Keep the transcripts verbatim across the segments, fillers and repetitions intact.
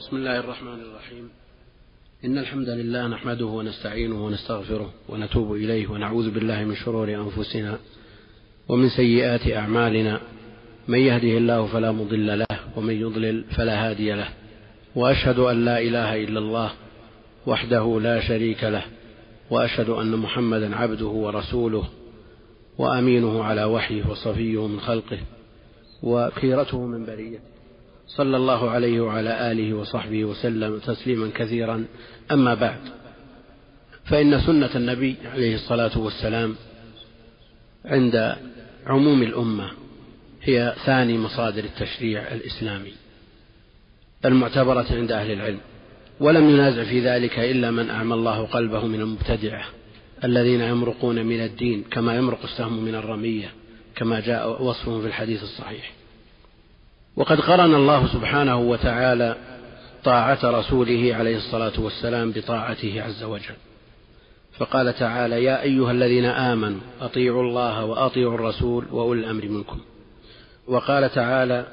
بسم الله الرحمن الرحيم. إن الحمد لله نحمده ونستعينه ونستغفره ونتوب إليه ونعوذ بالله من شرور أنفسنا ومن سيئات أعمالنا، من يهده الله فلا مضل له ومن يضلل فلا هادي له، وأشهد أن لا إله إلا الله وحده لا شريك له، وأشهد أن محمدا عبده ورسوله وأمينه على وحيه وصفيه من خلقه وخيرته من بريته، صلى الله عليه وعلى آله وصحبه وسلم تسليما كثيرا. أما بعد، فإن سنة النبي عليه الصلاة والسلام عند عموم الأمة هي ثاني مصادر التشريع الإسلامي المعتبرة عند أهل العلم، ولم ينازع في ذلك إلا من أعمى الله قلبه من المبتدعة الذين يمرقون من الدين كما يمرق السهم من الرمية، كما جاء وصفهم في الحديث الصحيح. وقد قرن الله سبحانه وتعالى طاعة رسوله عليه الصلاة والسلام بطاعته عز وجل، فقال تعالى: يا أيها الذين آمنوا أطيعوا الله وأطيعوا الرسول وأولي الأمر منكم. وقال تعالى: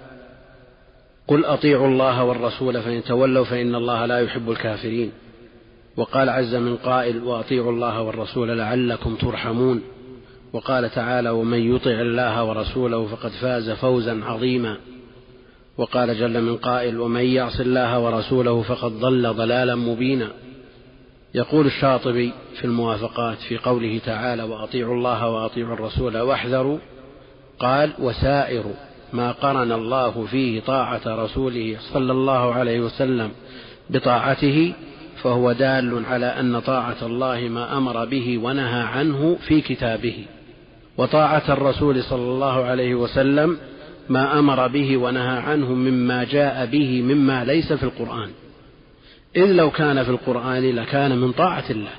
قل أطيعوا الله والرسول فإن تولوا فإن الله لا يحب الكافرين. وقال عز من قائل: وأطيعوا الله والرسول لعلكم ترحمون. وقال تعالى: ومن يطع الله ورسوله فقد فاز فوزا عظيما. وقال جل من قائل: ومن يعص الله ورسوله فقد ضل ضلالا مبينا. يقول الشاطبي في الموافقات في قوله تعالى: وأطيعوا الله وأطيعوا الرسول واحذروا، قال: وسائر ما قرن الله فيه طاعة رسوله صلى الله عليه وسلم بطاعته فهو دال على أن طاعة الله ما أمر به ونهى عنه في كتابه، وطاعة الرسول صلى الله عليه وسلم ما أمر به ونهى عنه مما جاء به مما ليس في القرآن، إذ لو كان في القرآن لكان من طاعة الله.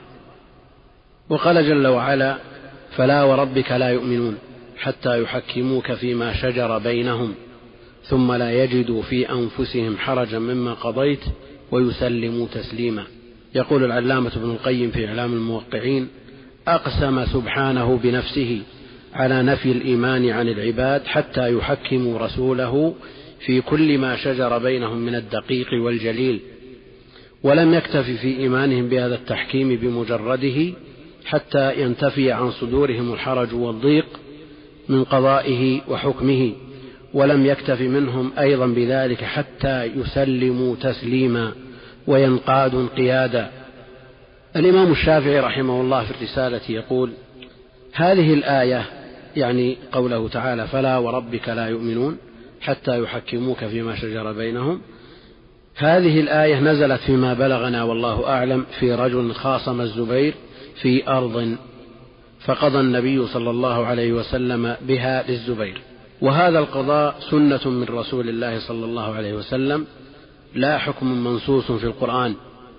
وقال جل وعلا: فلا وربك لا يؤمنون حتى يحكموك فيما شجر بينهم ثم لا يجدوا في أنفسهم حرجا مما قضيت ويسلموا تسليما. يقول العلامة ابن القيم في إعلام الموقعين: أقسم سبحانه بنفسه على نفي الإيمان عن العباد حتى يحكموا رسوله في كل ما شجر بينهم من الدقيق والجليل، ولم يكتف في إيمانهم بهذا التحكيم بمجرده حتى ينتفي عن صدورهم الحرج والضيق من قضائه وحكمه، ولم يكتف منهم أيضا بذلك حتى يسلموا تسليما وينقادوا انقيادا. الإمام الشافعي رحمه الله في الرسالة يقول: هذه الآية، يعني قوله تعالى: فلا وربك لا يؤمنون حتى يحكموك فيما شجر بينهم، هذه الآية نزلت فيما بلغنا والله أعلم في رجل خاصم الزبير في أرض، فقضى النبي صلى الله عليه وسلم بها للزبير، وهذا القضاء سنة من رسول الله صلى الله عليه وسلم لا حكم منصوص في القرآن،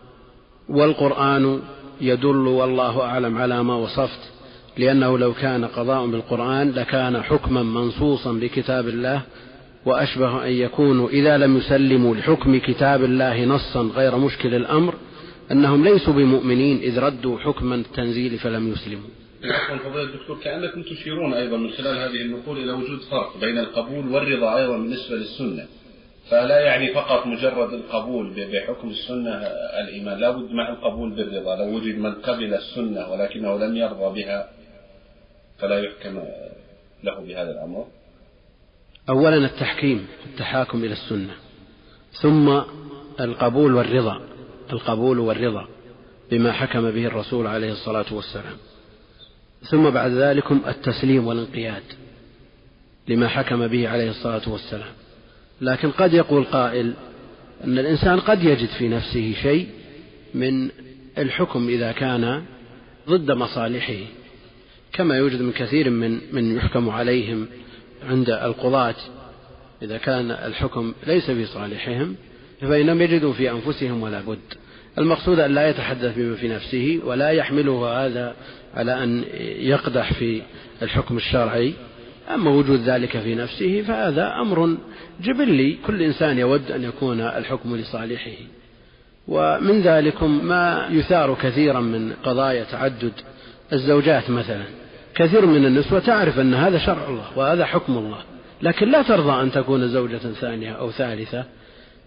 والقرآن يدل والله أعلم على ما وصفت، لأنه لو كان قضاء بالقرآن لكان حكما منصوصا بكتاب الله، وأشبه أن يكونوا إذا لم يسلموا لحكم كتاب الله نصا غير مشكل الأمر أنهم ليسوا بمؤمنين إذ ردوا حكم التنزيل فلم يسلموا. فضيلة الدكتور، كأنكم تشيرون أيضا من خلال هذه النقول إلى وجود فرق بين القبول والرضا أيضا بالنسبة للسنة، فلا يعني فقط مجرد القبول بحكم السنة الإيمان، لا بد مع القبول بالرضا. لو وجد من قبل السنة ولكنه لم يرضى بها فلا يحكم له بهذا الأمر. أولا التحكيم، التحاكم إلى السنة، ثم القبول والرضا، القبول والرضا بما حكم به الرسول عليه الصلاة والسلام، ثم بعد ذلك التسليم والانقياد لما حكم به عليه الصلاة والسلام. لكن قد يقول قائل أن الإنسان قد يجد في نفسه شيء من الحكم إذا كان ضد مصالحه، كما يوجد من كثير من من يحكم عليهم عند القضاة، إذا كان الحكم ليس في صالحهم فإنهم يجدوا في أنفسهم ولا بد. المقصود أن لا يتحدث بما في نفسه ولا يحمله هذا على أن يقدح في الحكم الشرعي، أما وجود ذلك في نفسه فهذا أمر جبلي، كل إنسان يود أن يكون الحكم لصالحه. ومن ذلك ما يثار كثيرا من قضايا تعدد الزوجات مثلا، كثير من النسوة تعرف أن هذا شرع الله وهذا حكم الله، لكن لا ترضى أن تكون زوجة ثانية أو ثالثة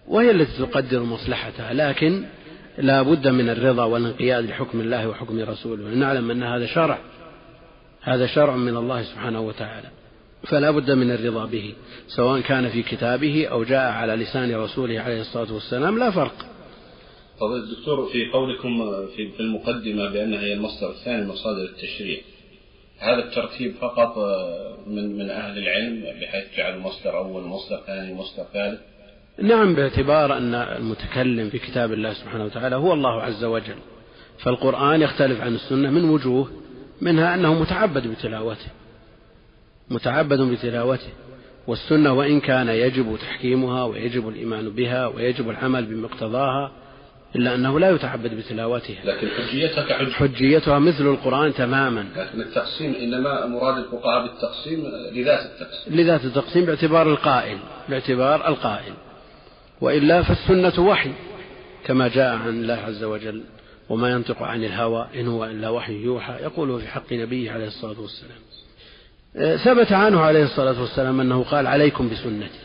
وهي التي تقدر مصلحتها، لكن لا بد من الرضا والانقياد لحكم الله وحكم رسوله، نعلم أن هذا شرع هذا شرع من الله سبحانه وتعالى، فلا بد من الرضا به سواء كان في كتابه أو جاء على لسان رسوله عليه الصلاة والسلام، لا فرق. فضيلة الدكتور، في قولكم في المقدمة بأنها هي المصدر الثاني من مصادر التشريع، هذا الترتيب فقط من من أهل العلم بحيث جعلوا مصدر أول مصدر ثاني مصدر ثالث؟ نعم، باعتبار أن المتكلم في كتاب الله سبحانه وتعالى هو الله عز وجل، فالقرآن يختلف عن السنة من وجوه، منها أنه متعبد بتلاوته متعبد بتلاوته والسنة وإن كان يجب تحكيمها ويجب الإيمان بها ويجب العمل بمقتضاها، إلا أنه لا يتعبد بتلاوتها، لكن حجيتها كحج حجيتها مثل القرآن تماما. لكن التقسيم إنما مراد الفقهاء بالتقسيم لذات التقسيم لذات التقسيم باعتبار القائل باعتبار القائل وإلا فالسنة وحي كما جاء عن الله عز وجل: وما ينطق عن الهوى إن هو إلا وحي يوحى، يقوله في حق نبيه عليه الصلاة والسلام. ثبت عنه عليه الصلاة والسلام أنه قال: عليكم بسنتي،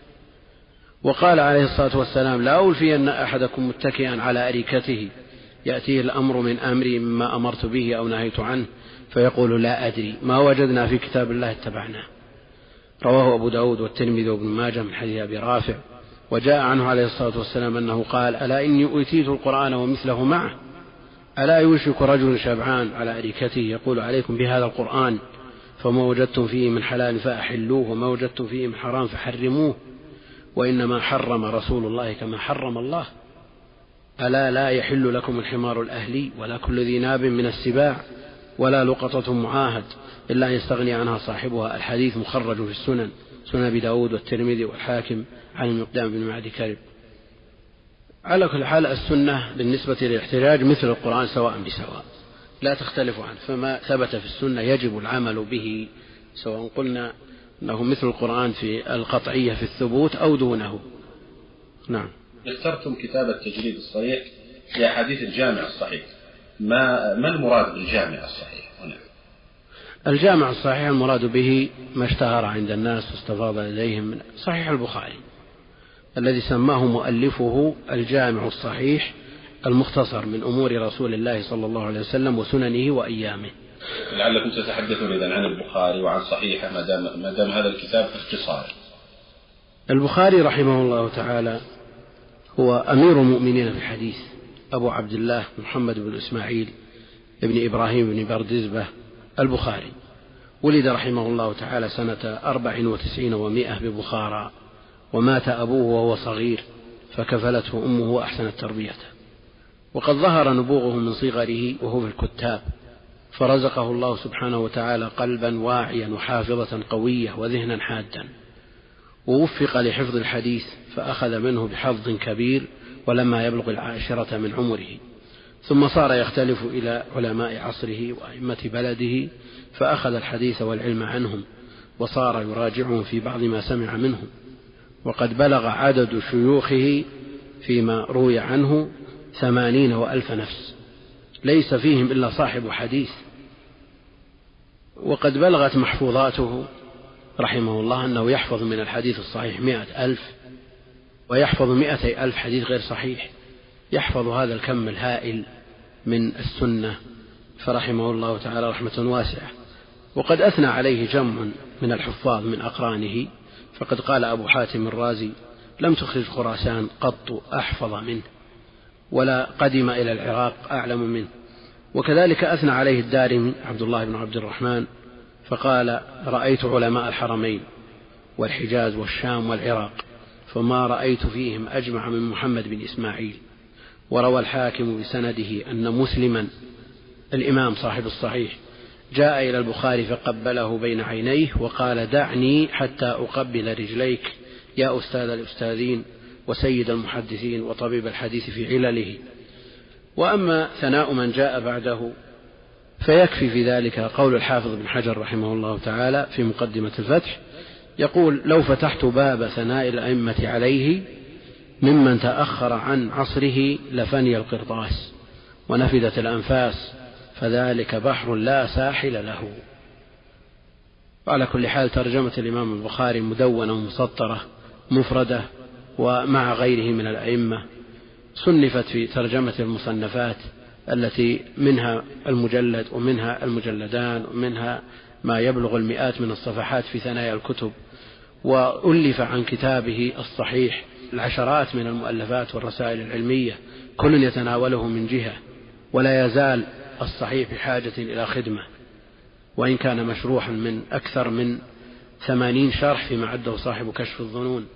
وقال عليه الصلاة والسلام: لا أولفين أحدكم متكئا على أريكته يأتيه الأمر من أمري مما أمرت به أو نهيت عنه فيقول: لا أدري، ما وجدنا في كتاب الله اتبعناه. رواه أبو داود والترمذي وابن ماجه من حديث أبي رافع. وجاء عنه عليه الصلاة والسلام أنه قال: ألا إني أوتيت القرآن ومثله معه، ألا يوشك رجل شبعان على أريكته يقول: عليكم بهذا القرآن، فما وجدتم فيه من حلال فأحلوه وما وجدتم فيه من حرام فحرموه، وإنما حرم رسول الله كما حرم الله. ألا لا يحل لكم الحمار الأهلي ولا كل ذي ناب من السباع ولا لقطة معاهد إلا أن يستغني عنها صاحبها. الحديث مخرج في السنن، سنن أبي داود والترمذي والحاكم عن المقدام بن معدي كرب. على كل حال السنة بالنسبة للاحتجاج مثل القرآن سواء بسواء، لا تختلف عنه، فما ثبت في السنة يجب العمل به، سواء قلنا أنه مثل القرآن في القطعية في الثبوت أو دونه. نعم. اخترتم كتاب التجريد الصريح في أحاديث الجامع الصحيح، ما ما المراد بالجامع الصحيح هنا؟ الجامع الصحيح المراد به ما اشتهر عند الناس واستفاض لديهم من صحيح البخاري الذي سماه مؤلفه الجامع الصحيح المختصر من أمور رسول الله صلى الله عليه وسلم وسننه وأيامه. لعلكم تتحدثون إذن عن البخاري وعن صحيحه ما دام ما دام هذا الكتاب في اختصار. البخاري رحمه الله تعالى هو أمير المؤمنين في الحديث، أبو عبد الله محمد بن إسماعيل ابن إبراهيم بن بردزبة البخاري، ولد رحمه الله تعالى سنة أربع وتسعين ومائة ببخارى، ومات أبوه وهو صغير فكفلته أمه وأحسنت تربيته، وقد ظهر نبوغه من صغره وهو في الكتاب، فرزقه الله سبحانه وتعالى قلبا واعيا وحافظة قوية وذهنا حادا، ووفق لحفظ الحديث فأخذ منه بحظ كبير ولما يبلغ العاشرة من عمره، ثم صار يختلف إلى علماء عصره وأئمة بلده فأخذ الحديث والعلم عنهم، وصار يراجعهم في بعض ما سمع منهم، وقد بلغ عدد شيوخه فيما روي عنه ثمانين وألف نفس، ليس فيهم إلا صاحب حديث. وقد بلغت محفوظاته رحمه الله أنه يحفظ من الحديث الصحيح مئة ألف، ويحفظ مئتي ألف حديث غير صحيح، يحفظ هذا الكم الهائل من السنة، فرحمه الله تعالى رحمة واسعة. وقد أثنى عليه جمع من الحفاظ من أقرانه، فقد قال أبو حاتم الرازي: لم تخرج خراسان قط أحفظ منه، ولا قدم إلى العراق أعلم منه. وكذلك أثنى عليه الدارمي عبد الله بن عبد الرحمن فقال: رأيت علماء الحرمين والحجاز والشام والعراق فما رأيت فيهم أجمع من محمد بن إسماعيل. وروى الحاكم بسنده أن مسلما الإمام صاحب الصحيح جاء إلى البخاري فقبله بين عينيه وقال: دعني حتى أقبل رجليك يا أستاذ الأستاذين وسيد المحدثين وطبيب الحديث في علله. وأما ثناء من جاء بعده فيكفي في ذلك قول الحافظ بن حجر رحمه الله تعالى في مقدمة الفتح، يقول: لو فتحت باب ثناء الأئمة عليه ممن تأخر عن عصره لفني القرطاس ونفدت الأنفاس، فذلك بحر لا ساحل له. وعلى كل حال ترجمة الإمام البخاري مدونة ومسطرة مفردة ومع غيره من الأئمة. صنفت في ترجمة المصنفات التي منها المجلد ومنها المجلدان ومنها ما يبلغ المئات من الصفحات في ثنايا الكتب. وألف عن كتابه الصحيح العشرات من المؤلفات والرسائل العلمية، كل يتناوله من جهة، ولا يزال الصحيح بحاجة إلى خدمة، وإن كان مشروحا من أكثر من ثمانين شرح فيما عده صاحب كشف الظنون،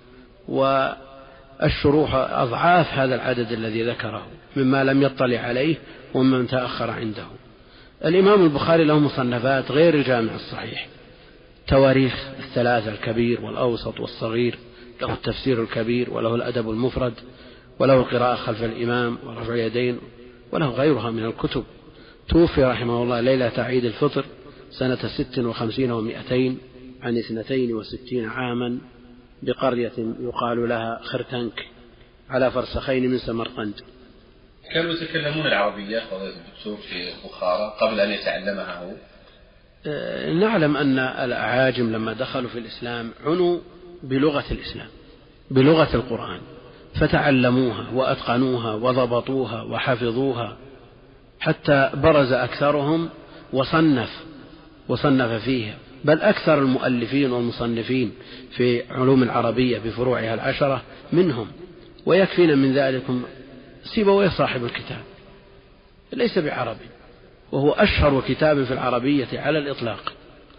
والشروح أضعاف هذا العدد الذي ذكره مما لم يطلع عليه ومن تأخر عنده. الإمام البخاري له مصنفات غير الجامع الصحيح، تواريخ الثلاثة الكبير والأوسط والصغير، له التفسير الكبير، وله الأدب المفرد، وله القراءة خلف الإمام ورفع اليدين، وله غيرها من الكتب. توفي رحمه الله ليلة عيد الفطر سنة ست وخمسين ومائتين عن اثنتين وستين عاما بقرية يقال لها خرتنك على فرسخين من سمرقند. كانوا يتكلمون العربية فضيلة الدكتور في بخارى قبل أن يتعلمها هو؟ أه نعلم أن الأعاجم لما دخلوا في الإسلام عنوا بلغة الإسلام، بلغة القرآن، فتعلموها وأتقنوها وضبطوها وحفظوها، حتى برز أكثرهم وصنف وصنف فيها، بل أكثر المؤلفين والمصنفين في علوم العربية بفروعها العشرة منهم. ويكفينا من ذلكم سيبويه صاحب الكتاب ليس بعربي، وهو أشهر كتاب في العربية على الإطلاق.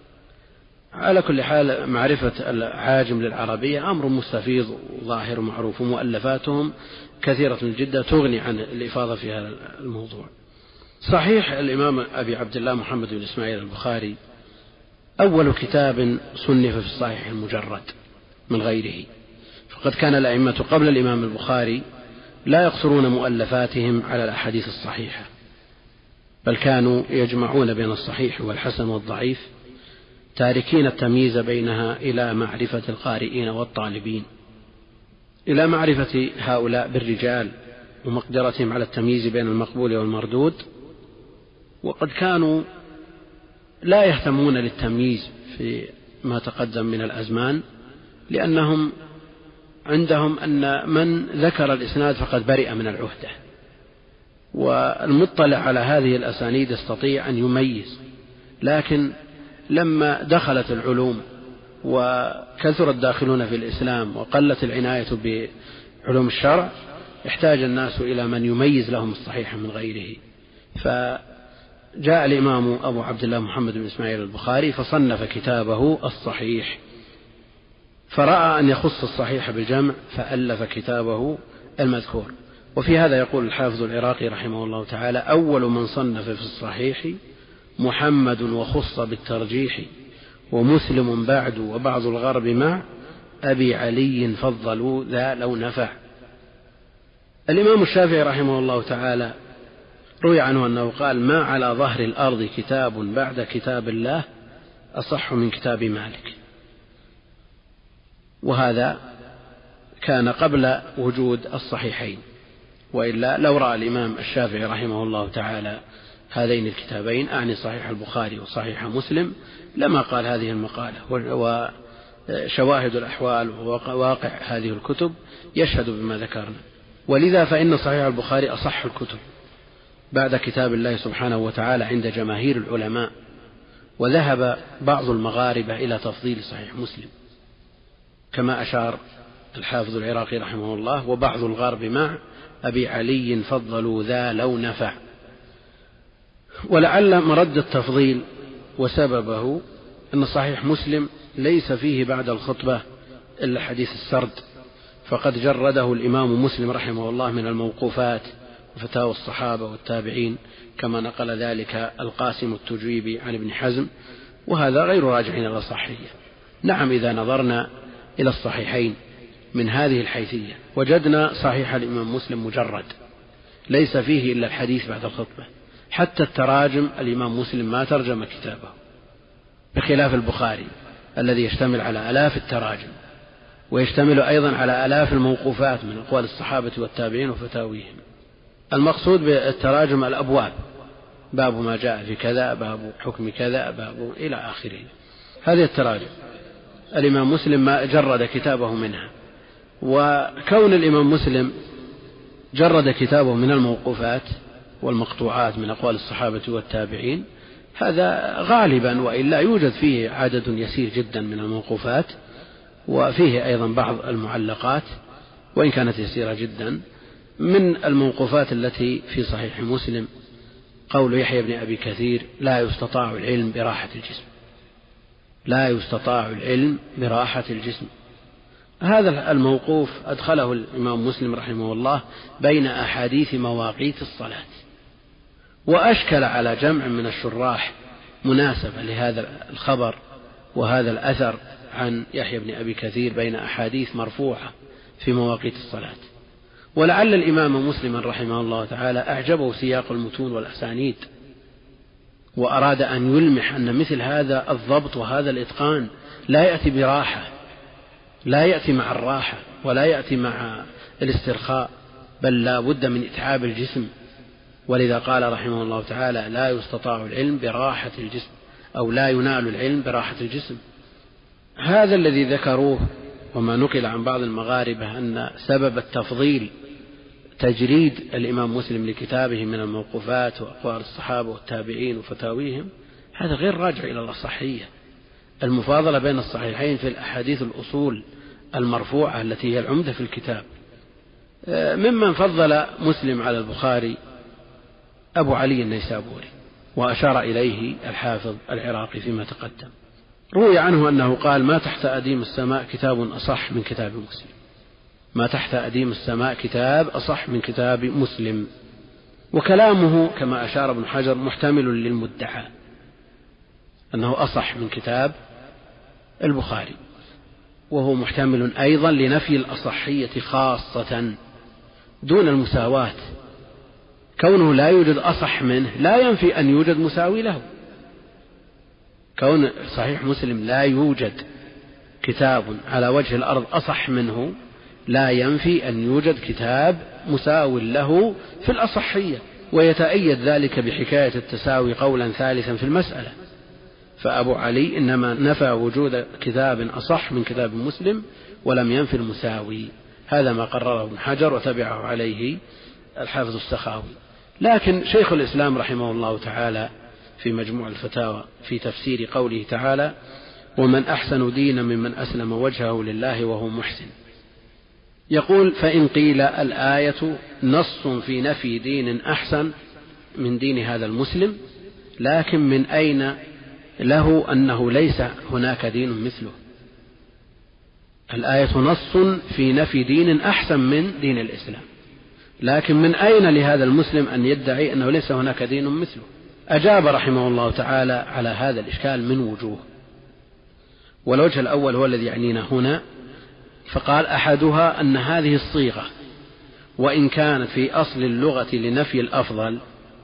على كل حال معرفة العاجم للعربية أمر مستفيض وظاهر ومعروف، ومؤلفاتهم كثيرة جدا تغني عن الإفاضة في هذا الموضوع. صحيح الإمام أبي عبد الله محمد بن إسماعيل البخاري أول كتاب صنف في الصحيح المجرد من غيره، فقد كان الأئمة قبل الإمام البخاري لا يقصرون مؤلفاتهم على الأحاديث الصحيحة، بل كانوا يجمعون بين الصحيح والحسن والضعيف، تاركين التمييز بينها إلى معرفة القارئين والطالبين، إلى معرفة هؤلاء بالرجال ومقدرتهم على التمييز بين المقبول والمردود. وقد كانوا لا يهتمون للتمييز في ما تقدم من الأزمان، لأنهم عندهم أن من ذكر الإسناد فقد برئ من العهدة، والمطلع على هذه الأسانيد يستطيع أن يميز. لكن لما دخلت العلوم وكثر الداخلون في الإسلام وقلت العناية بعلوم الشرع، احتاج الناس إلى من يميز لهم الصحيح من غيره، فجاء الإمام أبو عبد الله محمد بن إسماعيل البخاري فصنف كتابه الصحيح، فرأى أن يخص الصحيح بالجمع فألف كتابه المذكور. وفي هذا يقول الحافظ العراقي رحمه الله تعالى: أول من صنف في الصحيح محمد وخص بالترجيح، ومسلم بعد وبعض الغرب مع أبي علي فضلوا ذا لو نفع. الإمام الشافعي رحمه الله تعالى روي عنه أنه قال: ما على ظهر الأرض كتاب بعد كتاب الله أصح من كتاب مالك. وهذا كان قبل وجود الصحيحين، وإلا لو رأى الإمام الشافعي رحمه الله تعالى هذين الكتابين، أعني صحيح البخاري وصحيح مسلم، لما قال هذه المقالة. وشواهد الأحوال وواقع هذه الكتب يشهد بما ذكرنا. ولذا فإن صحيح البخاري أصح الكتب بعد كتاب الله سبحانه وتعالى عند جماهير العلماء. وذهب بعض المغاربة إلى تفضيل صحيح مسلم كما أشار الحافظ العراقي رحمه الله: وبعض الغرب مع أبي علي فضلوا ذا لو نفع. ولعل مرد التفضيل وسببه أن صحيح مسلم ليس فيه بعد الخطبة إلا حديث السرد، فقد جرده الإمام مسلم رحمه الله من الموقوفات وفتاوى الصحابة والتابعين، كما نقل ذلك القاسم التجيبي عن ابن حزم، وهذا غير راجع إلى الصحيحية. نعم، إذا نظرنا إلى الصحيحين من هذه الحيثية وجدنا صحيح الإمام مسلم مجرد ليس فيه إلا الحديث بعد الخطبة، حتى التراجم الإمام مسلم ما ترجم كتابه، بخلاف البخاري الذي يشتمل على آلاف التراجم، ويشتمل أيضا على آلاف الموقوفات من أقوال الصحابة والتابعين وفتاويهم. المقصود بالتراجم الأبواب، باب ما جاء في كذا، باب حكم كذا، باب إلى آخره. هذه التراجم الإمام مسلم ما جرد كتابه منها، وكون الإمام مسلم جرد كتابه من الموقوفات والمقطوعات من أقوال الصحابة والتابعين هذا غالبا، وإلا يوجد فيه عدد يسير جدا من الموقوفات، وفيه أيضا بعض المعلقات وإن كانت يسيرة جدا. من الموقوفات التي في صحيح مسلم قول يحيى بن أبي كثير: لا يستطاع العلم براحة الجسم، لا يستطاع العلم براحة الجسم. هذا الموقوف أدخله الإمام مسلم رحمه الله بين أحاديث مواقيت الصلاة، وأشكل على جمع من الشراح مناسبة لهذا الخبر وهذا الأثر عن يحيى بن أبي كثير بين أحاديث مرفوعة في مواقيت الصلاة. ولعل الإمام مسلم رحمه الله تعالى أعجبه سياق المتون والأسانيد، وأراد أن يلمح أن مثل هذا الضبط وهذا الإتقان لا يأتي براحة، لا يأتي مع الراحة ولا يأتي مع الاسترخاء، بل لا بد من إتعاب الجسم. ولذا قال رحمه الله تعالى: لا يستطاع العلم براحة الجسم، أو لا ينال العلم براحة الجسم. هذا الذي ذكروه وما نقل عن بعض المغاربة أن سبب التفضيل تجريد الإمام مسلم لكتابه من الموقوفات وأقوال الصحابة والتابعين وفتاويهم، هذا غير راجع إلى الصحية. المفاضلة بين الصحيحين في الأحاديث الأصول المرفوعة التي هي العمدة في الكتاب. ممن فضل مسلم على البخاري أبو علي النيسابوري، وأشار إليه الحافظ العراقي فيما تقدم. روي عنه أنه قال: ما تحت أديم السماء كتاب أصح من كتاب مسلم، ما تحت أديم السماء كتاب أصح من كتاب مسلم. وكلامه كما أشار ابن حجر محتمل للمدعى أنه أصح من كتاب البخاري، وهو محتمل أيضا لنفي الأصحية خاصة دون المساواة. كونه لا يوجد أصح منه لا ينفي أن يوجد مساوي له. كون صحيح مسلم لا يوجد كتاب على وجه الأرض أصح منه لا ينفي أن يوجد كتاب مساو له في الأصحية، ويتأيد ذلك بحكاية التساوي قولا ثالثا في المسألة. فأبو علي إنما نفى وجود كتاب أصح من كتاب مسلم ولم ينفي المساوي. هذا ما قرره ابن حجر وتبعه عليه الحافظ السخاوي. لكن شيخ الإسلام رحمه الله تعالى في مجموع الفتاوى في تفسير قوله تعالى: ومن أحسن دينا ممن أسلم وجهه لله وهو محسن، يقول: فإن قيل الآية نص في نفي دين أحسن من دين هذا المسلم، لكن من أين له أنه ليس هناك دين مثله؟ الآية نص في نفي دين أحسن من دين الإسلام، لكن من أين لهذا المسلم أن يدعي أنه ليس هناك دين مثله؟ أجاب رحمه الله تعالى على هذا الإشكال من وجوه، والوجه الأول هو الذي يعنينا هنا. فقال: أحدها أن هذه الصيغة وإن كانت في أصل اللغة لنفي الأفضل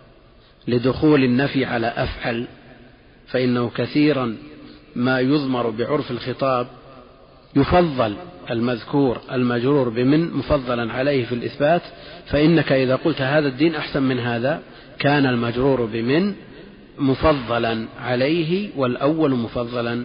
لدخول النفي على أفعل، فإنه كثيرا ما يضمر بعرف الخطاب يفضل المذكور المجرور بمن مفضلا عليه في الإثبات، فإنك إذا قلت هذا الدين أحسن من هذا كان المجرور بمن مفضلا عليه والأول مفضلا.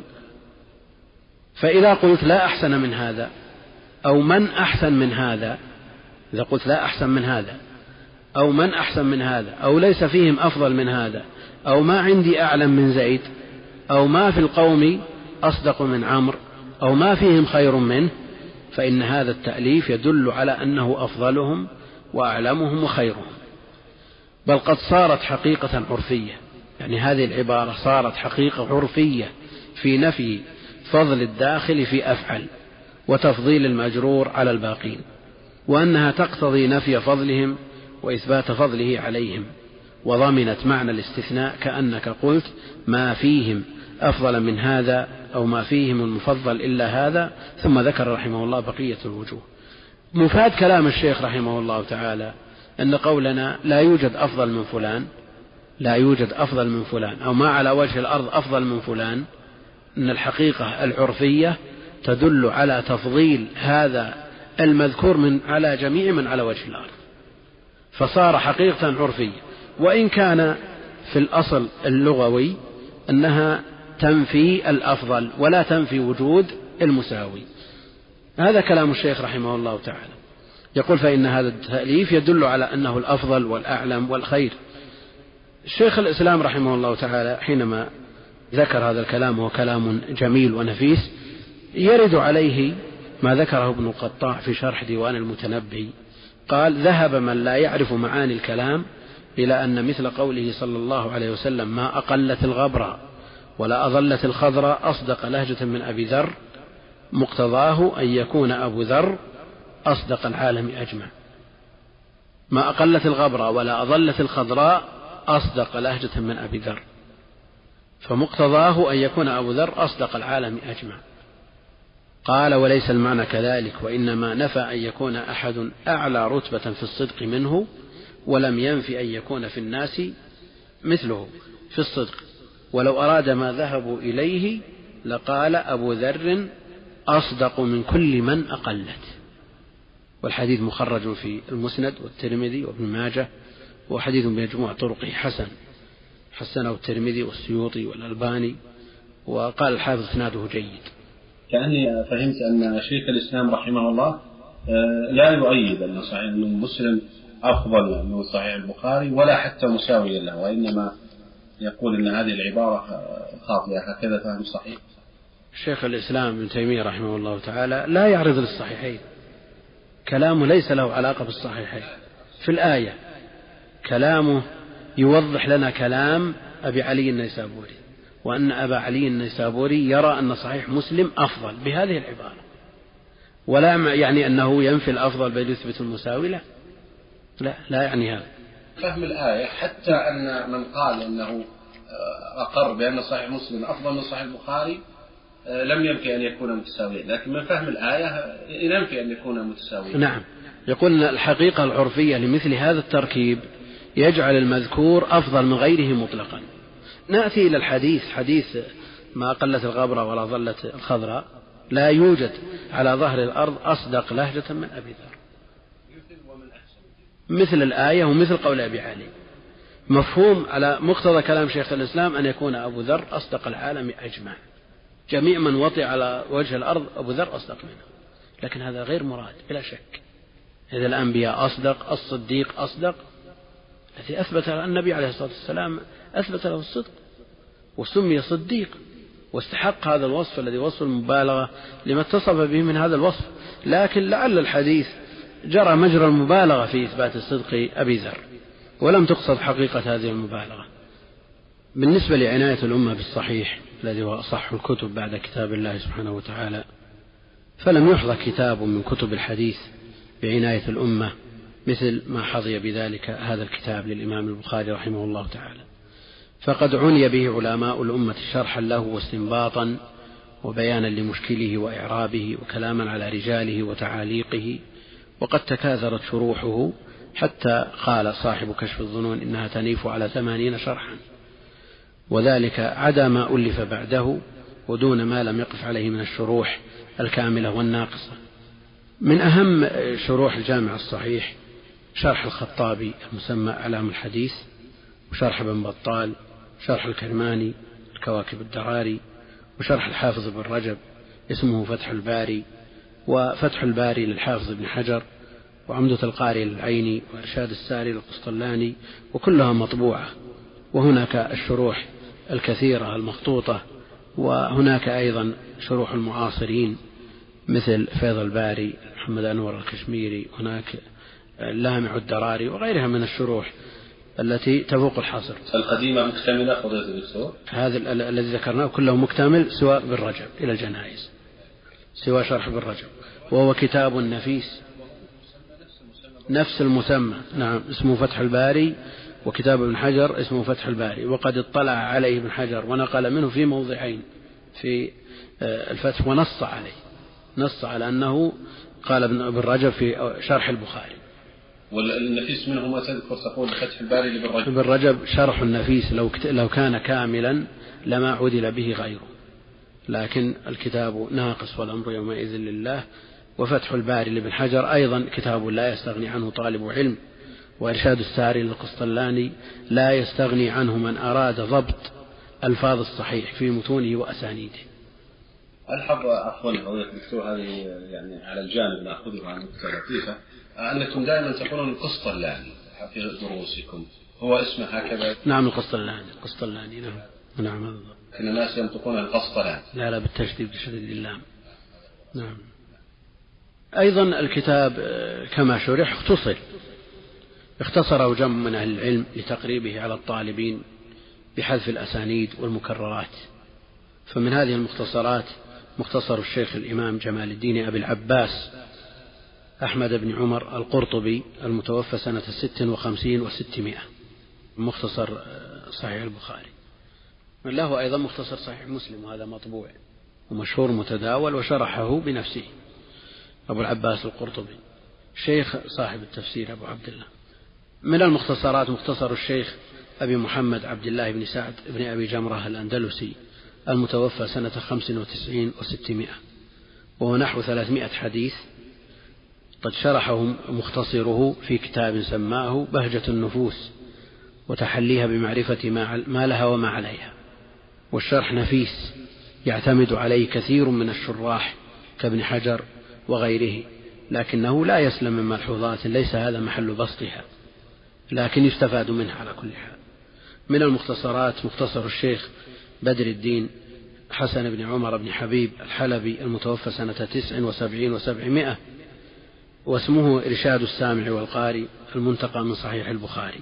فإذا قلت لا أحسن من هذا أو من أحسن من هذا، إذا قلت لا أحسن من هذا أو من أحسن من هذا أو ليس فيهم أفضل من هذا أو ما عندي أعلم من زيد أو ما في القوم أصدق من عمرو أو ما فيهم خير منه، فإن هذا التأليف يدل على أنه أفضلهم وأعلمهم وخيرهم. بل قد صارت حقيقة عرفية، يعني هذه العبارة صارت حقيقة عرفية في نفي فضل الداخل في أفعل وتفضيل المجرور على الباقين، وأنها تقتضي نفي فضلهم وإثبات فضله عليهم، وضمنت معنى الاستثناء كأنك قلت ما فيهم أفضل من هذا أو ما فيهم المفضل إلا هذا. ثم ذكر رحمه الله بقية الوجوه. مفاد كلام الشيخ رحمه الله تعالى أن قولنا لا يوجد أفضل من فلان، لا يوجد أفضل من فلان أو ما على وجه الأرض أفضل من فلان، أن الحقيقة العرفية تدل على تفضيل هذا المذكور من على جميع من على وجه الأرض، فصار حقيقة عرفية، وإن كان في الأصل اللغوي أنها تنفي الأفضل ولا تنفي وجود المساوي. هذا كلام الشيخ رحمه الله تعالى. يقول فإن هذا التأليف يدل على أنه الأفضل والأعلم والخير. الشيخ الإسلام رحمه الله تعالى حينما ذكر هذا الكلام وهو كلام جميل ونفيس يرد عليه ما ذكره ابن القطاع في شرح ديوان المتنبي، قال ذهب من لا يعرف معاني الكلام إلى أن مثل قوله صلى الله عليه وسلم ما أقلت الغبرة ولا أظلت الخضراء أصدق لهجة من أبي ذر مقتضاه أن يكون أبو ذر أصدق العالم أجمع. ما أقلت الغبرة ولا أظلت الخضراء أصدق لهجة من أبي ذر، فمقتضاه أن يكون أبو ذر أصدق العالم أجمع. قال وليس المعنى كذلك، وإنما نفى أن يكون أحد أعلى رتبة في الصدق منه، ولم ينفي أن يكون في الناس مثله في الصدق، ولو أراد ما ذهبوا إليه لقال أبو ذر أصدق من كل من أقلت. والحديث مخرج في المسند والترمذي وابن ماجه، وحديث بمجموع طرقه حسن، حسنه الترمذي والسيوطي والألباني، وقال الحافظ إسناده جيد. كأني فهمت أن شيخ الإسلام رحمه الله لا يؤيد أن صحيح مسلم أفضل من صحيح البخاري ولا حتى مساويا له، وإنما يقول أن هذه العبارة خاطئة، هكذا فهم صحيح. شيخ الإسلام ابن تيمية رحمه الله تعالى لا يعرض للصحيحين، كلامه ليس له علاقة بالصحيحين. في الآية كلامه يوضح لنا كلام أبي علي النيسابوري، وأن أبا علي النيسابوري يرى أن صحيح مسلم أفضل بهذه العبارة، ولا يعني أنه ينفي الأفضل بل يثبت المساوي، لا لا, لا يعني هذا. فهم الآية حتى أن من قال أنه أقر بأن صحيح مسلم أفضل من صحيح البخاري لم ينفي أن يكون متساويا، لكن من فهم الآية ينفي أن يكون متساويا. نعم، يقول الحقيقة العرفية لمثل هذا التركيب يجعل المذكور أفضل من غيره مطلقا. نأتي إلى الحديث، حديث ما قلت الغبرة ولا ظلت الخضراء، لا يوجد على ظهر الأرض أصدق لهجة من أبي ذر، مثل الآية ومثل قول أبي علي. مفهوم على مقتضى كلام شيخ الإسلام أن يكون أبو ذر أصدق العالم أجمع، جميع من وطئ على وجه الأرض أبو ذر أصدق منه، لكن هذا غير مراد بلا شك. إذا الأنبياء أصدق، الصديق أصدق، الذي أثبت النبي عليه الصلاة والسلام أثبت له الصدق وسمي صديق واستحق هذا الوصف الذي وصف المبالغة لما اتصف به من هذا الوصف، لكن لعل الحديث جرى مجرى المبالغة في إثبات الصدق أبي ذر ولم تقصد حقيقة هذه المبالغة. بالنسبة لعناية الأمة بالصحيح الذي هو أصح الكتب بعد كتاب الله سبحانه وتعالى، فلم يحظى كتاب من كتب الحديث بعناية الأمة مثل ما حظي بذلك هذا الكتاب للإمام البخاري رحمه الله تعالى، فقد عني به علماء الأمة شرحا له واستنباطا وبيانا لمشكله وإعرابه وكلاما على رجاله وتعاليقه، وقد تكاثرت شروحه حتى قال صاحب كشف الظنون إنها تنيف على ثمانين شرحا، وذلك عدا ما ألف بعده ودون ما لم يقف عليه من الشروح الكاملة والناقصة. من أهم شروح الجامع الصحيح شرح الخطابي المسمى أعلام الحديث، وشرح ابن بطال، شرح الكرماني الكواكب الدراري، وشرح الحافظ بن رجب اسمه فتح الباري، وفتح الباري للحافظ ابن حجر، وعمدة القاري للعيني، وإرشاد الساري للقسطلاني، وكلها مطبوعة. وهناك الشروح الكثيرة المخطوطة، وهناك أيضا شروح المعاصرين مثل فيض الباري محمد أنور الكشميري، هناك لامع الدراري وغيرها من الشروح التي تفوق الحصر. القديمة مكتملة فضيلة الدكتور؟ هذا الذي ذكرناه كله مكتمل سواء بالرجب إلى الجنائز، سواء شرح بالرجب، وهو كتاب نفيس نفس المسمى. نعم، اسمه فتح الباري، وكتاب ابن حجر اسمه فتح الباري، وقد اطلع عليه ابن حجر ونقل منه في موضعين في الفتح، ونص عليه، نص على أنه قال ابن رجب في شرح البخاري. والنفيس منه ما تذكر تقول فتح الباري لابن رجب؟ ابن رجب شرح النفيس لو لو كان كاملا لما عدل به غيره، لكن الكتاب ناقص والأمر يومئذ لله. وفتح الباري لابن حجر أيضا كتاب لا يستغني عنه طالب علم، وإرشاد الساري للقسطلاني لا يستغني عنه من أراد ضبط ألفاظ الصحيح في متونه وأسانيده. ألحظ عفوا فضيلة الدكتور هذه يعني على الجانب نأخذه عن نقطة لطيفة، أنكم دائما تقولون القسطلاني في دروسكم، هو اسمه هكذا؟ نعم القسطلاني، القسطلاني نعم نعم بالضبط. كان الناس ينطقون القسطلاني. لا لا بالتشديد بشديد اللام. نعم. أيضا الكتاب كما شرح اختصر، اختصره جمع من أهل العلم لتقريبه على الطالبين بحذف الأسانيد والمكررات. فمن هذه المختصرات مختصر الشيخ الإمام جمال الدين أبي العباس أحمد بن عمر القرطبي المتوفى سنة ست وخمسين وستمائة، مختصر صحيح البخاري. له أيضا مختصر صحيح مسلم، وهذا مطبوع ومشهور متداول وشرحه بنفسه أبو العباس القرطبي شيخ صاحب التفسير أبو عبد الله. من المختصرات مختصر الشيخ أبي محمد عبد الله بن سعد بن أبي جمرة الأندلسي المتوفى سنة خمس وتسعين وستمائة، وهو نحو ثلاثمائة حديث، قد شرحه مختصره في كتاب سماه بهجة النفوس وتحليها بمعرفة ما لها وما عليها، والشرح نفيس يعتمد عليه كثير من الشراح كابن حجر وغيره، لكنه لا يسلم من ملحوظات ليس هذا محل بسطها، لكن يستفاد منها على كل حال. من المختصرات مختصر الشيخ بدر الدين حسن بن عمر بن حبيب الحلبي المتوفى سنة تسع وسبعين وسبعمائة، واسمه إرشاد السامع والقاري المنتقى من صحيح البخاري.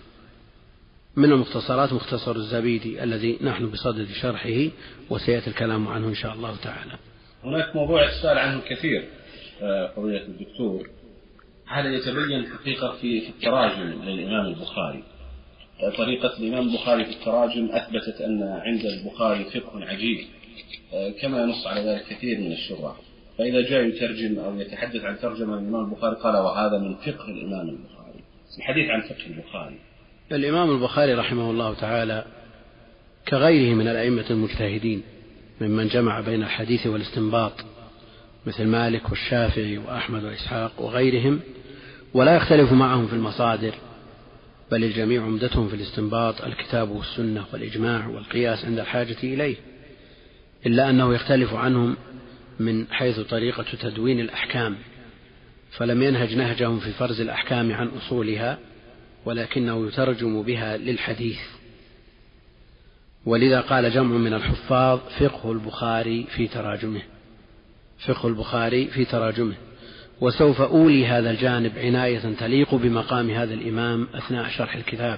من المختصرات مختصر الزبيدي الذي نحن بصدد شرحه وسيأتي الكلام عنه إن شاء الله تعالى. هناك موضوع السؤال عنه كثير فضيلة الدكتور، هذا يتبين حقيقة في التراجم للإمام البخاري. طريقة الإمام البخاري في التراجم أثبتت أن عند البخاري فقه عجيب كما ينص على ذلك كثير من الشراح، فإذا جاء يترجم أو يتحدث عن ترجمة الإمام البخاري قال وهذا من فقه الإمام البخاري. الحديث عن فقه البخاري، الإمام البخاري رحمه الله تعالى كغيره من الأئمة المجتهدين ممن جمع بين الحديث والاستنباط مثل مالك والشافعي وأحمد وإسحاق وغيرهم، ولا يختلف معهم في المصادر، بل الجميع عمدتهم في الاستنباط الكتاب والسنة والإجماع والقياس عند الحاجة إليه، إلا أنه يختلف عنهم من حيث طريقة تدوين الأحكام، فلم ينهج نهجهم في فرز الأحكام عن أصولها، ولكنه يترجم بها للحديث. ولذا قال جمع من الحفاظ فقه البخاري في تراجمه، فقه البخاري في تراجمه. وسوف أولي هذا الجانب عناية تليق بمقام هذا الإمام أثناء شرح الكتاب،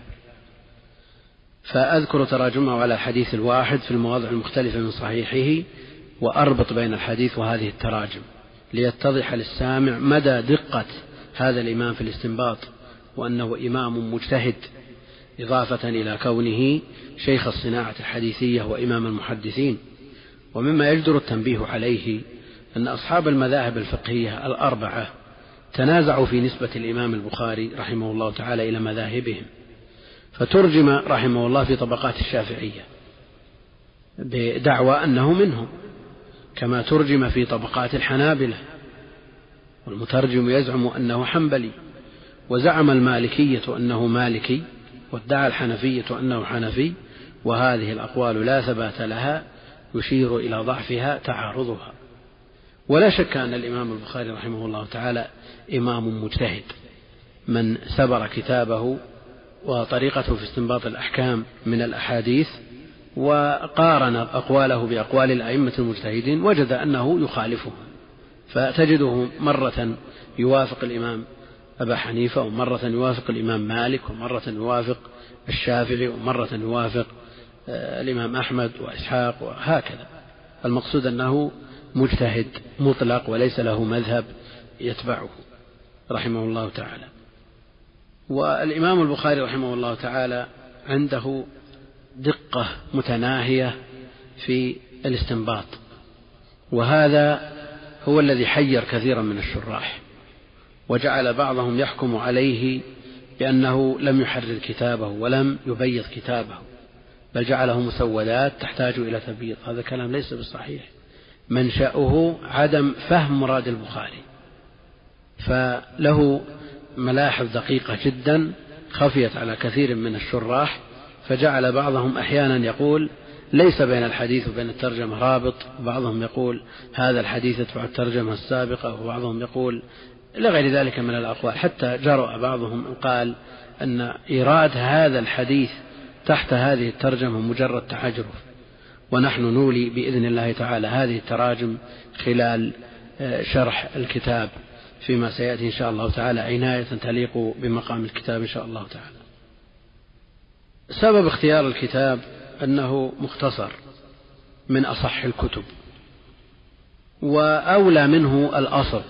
فأذكر تراجمه على الحديث الواحد في المواضع المختلفة من صحيحه، وأربط بين الحديث وهذه التراجم ليتضح للسامع مدى دقة هذا الإمام في الاستنباط، وأنه إمام مجتهد، إضافة إلى كونه شيخ الصناعة الحديثية وإمام المحدثين. ومما يجدر التنبيه عليه أن أصحاب المذاهب الفقهية الأربعة تنازعوا في نسبة الإمام البخاري رحمه الله تعالى إلى مذاهبهم، فترجم رحمه الله في طبقات الشافعية بدعوى أنه منهم، كما ترجم في طبقات الحنابلة، والمترجم يزعم أنه حنبلي، وزعم المالكية أنه مالكي، وادعى الحنفية أنه حنفي، وهذه الأقوال لا ثبات لها، يشير إلى ضعفها تعارضها. ولا شك أن الإمام البخاري رحمه الله تعالى إمام مجتهد، من سبر كتابه وطريقته في استنباط الأحكام من الأحاديث وقارن أقواله بأقوال الأئمة المجتهدين وجد أنه يخالفهم، فتجده مرة يوافق الإمام أبا حنيفة، ومرة يوافق الإمام مالك، ومرة يوافق الشافعي، ومرة يوافق الإمام أحمد وإسحاق، وهكذا. المقصود أنه مجتهد مطلق وليس له مذهب يتبعه رحمه الله تعالى. والإمام البخاري رحمه الله تعالى عنده دقة متناهية في الاستنباط، وهذا هو الذي حير كثيرا من الشراح، وجعل بعضهم يحكم عليه بأنه لم يحرر كتابه ولم يبيض كتابه، بل جعله مسودات تحتاج إلى تبييض. هذا كلام ليس بالصحيح، منشأه عدم فهم مراد البخاري، فله ملاحظ دقيقة جدا خفيت على كثير من الشراح، فجعل بعضهم أحيانا يقول ليس بين الحديث وبين الترجمة رابط. بعضهم يقول هذا الحديث يتبع الترجمة السابقة، وبعضهم يقول لغير ذلك من الأقوال. حتى جرأ بعضهم أن قال أن إيراد هذا الحديث تحت هذه الترجمة مجرد تحجرف، ونحن نولي بإذن الله تعالى هذه التراجم خلال شرح الكتاب فيما سيأتي إن شاء الله تعالى عناية تليق بمقام الكتاب إن شاء الله تعالى. سبب اختيار الكتاب أنه مختصر من أصح الكتب، وأولى منه الأصل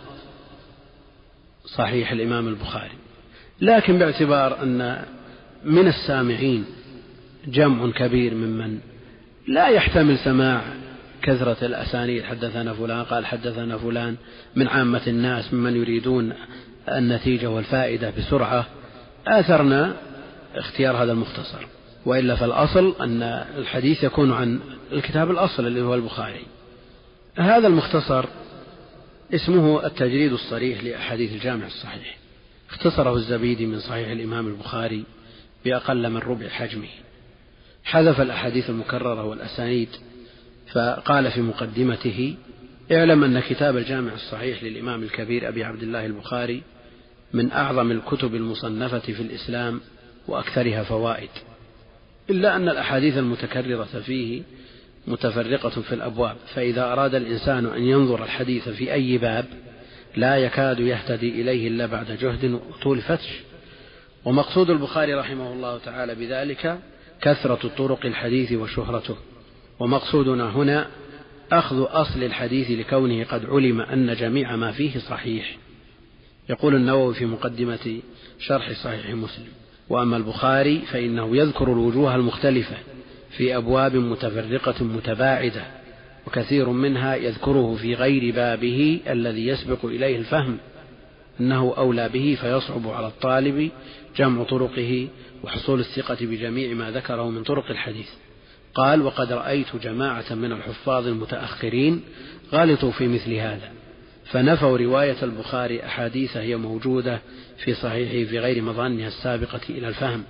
صحيح الإمام البخاري، لكن باعتبار أن من السامعين جمع كبير ممن لا يحتمل سماع كثرة الأسانيد، حدثنا فلان قال حدثنا فلان، من عامة الناس ممن يريدون النتيجة والفائدة بسرعة، آثرنا اختيار هذا المختصر. وإلا فالأصل أن الحديث يكون عن الكتاب الأصل اللي هو البخاري. هذا المختصر اسمه التجريد الصريح لأحاديث الجامع الصحيح، اختصره الزبيدي من صحيح الإمام البخاري بأقل من ربع حجمه، حذف الأحاديث المكررة والأسانيد، فقال في مقدمته: اعلم أن كتاب الجامع الصحيح للإمام الكبير أبي عبد الله البخاري من أعظم الكتب المصنفة في الإسلام وأكثرها فوائد، إلا أن الأحاديث المتكررة فيه متفرقة في الأبواب، فإذا أراد الإنسان أن ينظر الحديث في أي باب لا يكاد يهتدي إليه إلا بعد جهد وطول فتش. ومقصود البخاري رحمه الله تعالى بذلك كثرة طرق الحديث وشهرته، ومقصودنا هنا أخذ أصل الحديث لكونه قد علم أن جميع ما فيه صحيح. يقول النووي في مقدمة شرح صحيح مسلم: وأما البخاري فإنه يذكر الوجوه المختلفة في أبواب متفرقة متباعدة، وكثير منها يذكره في غير بابه الذي يسبق إليه الفهم، أنه أولى به فيصعب على الطالب جمع طرقه وحصول الثقة بجميع ما ذكره من طرق الحديث. قال: وقد رأيت جماعة من الحفاظ المتأخرين غلطوا في مثل هذا، فنفوا رواية البخاري أحاديث هي موجودة في صحيحه في غير مظانها السابقة إلى الفهم.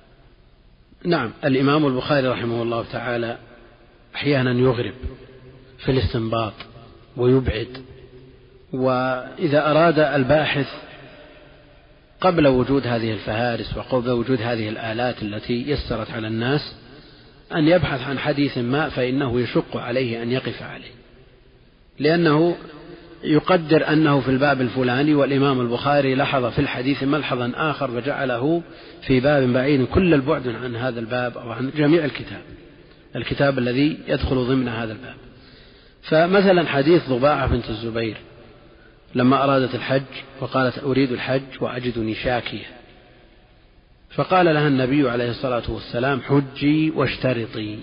نعم، الإمام البخاري رحمه الله تعالى أحيانا يغرب في الاستنباط ويبعد، وإذا أراد الباحث قبل وجود هذه الفهارس وقبل وجود هذه الآلات التي يسرت على الناس أن يبحث عن حديث ما، فإنه يشق عليه أن يقف عليه، لأنه يقدر أنه في الباب الفلاني، والإمام البخاري لحظ في الحديث ملحظا آخر فجعله في باب بعيد كل البعد عن هذا الباب أو عن جميع الكتاب الكتاب الذي يدخل ضمن هذا الباب. فمثلا حديث ضباعة بنت الزبير لما أرادت الحج وقالت: أريد الحج وأجدني شاكية، فقال لها النبي عليه الصلاة والسلام: حجي واشترطي.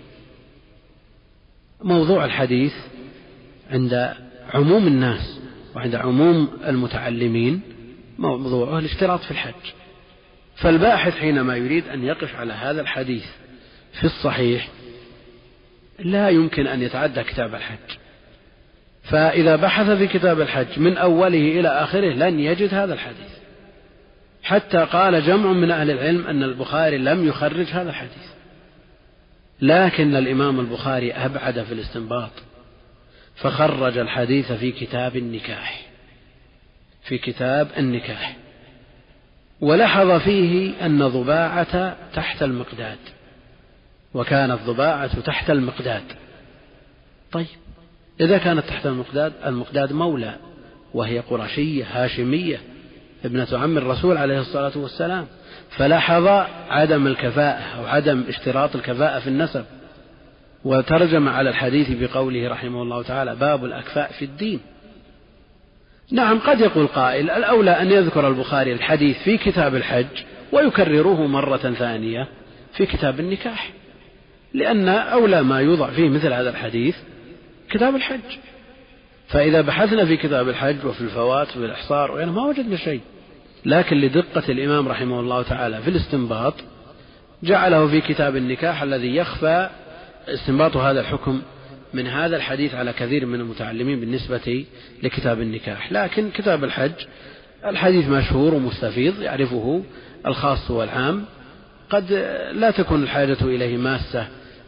موضوع الحديث عند عموم الناس وعند عموم المتعلمين موضوعه الاشتراط في الحج، فالباحث حينما يريد أن يقف على هذا الحديث في الصحيح لا يمكن أن يتعدى كتاب الحج، فإذا بحث في كتاب الحج من أوله إلى آخره لن يجد هذا الحديث، حتى قال جمع من أهل العلم أن البخاري لم يخرج هذا الحديث. لكن الإمام البخاري أبعد في الاستنباط، فخرج الحديث في كتاب النكاح في كتاب النكاح ولحظ فيه أن ضباعة تحت المقداد، وكانت ضباعة تحت المقداد. طيب، إذا كانت تحت المقداد، المقداد مولى، وهي قرشية هاشمية ابنة عم الرسول عليه الصلاة والسلام، فلاحظ عدم الكفاءة أو عدم اشتراط الكفاءة في النسب، وترجم على الحديث بقوله رحمه الله تعالى: باب الأكفاء في الدين. نعم، قد يقول قائل: الأولى أن يذكر البخاري الحديث في كتاب الحج ويكرره مرة ثانية في كتاب النكاح، لأن أولى ما يوضع فيه مثل هذا الحديث كتاب الحج. فإذا بحثنا في كتاب الحج وفي الفوات وفي الإحصار يعني ما وجدنا شيء، لكن لدقة الإمام رحمه الله تعالى في الاستنباط جعله في كتاب النكاح الذي يخفى استنباط هذا الحكم من هذا الحديث على كثير من المتعلمين بالنسبة لكتاب النكاح. لكن كتاب الحج الحديث مشهور ومستفيض يعرفه الخاص والعام، قد لا تكون الحاجة إليه ماسة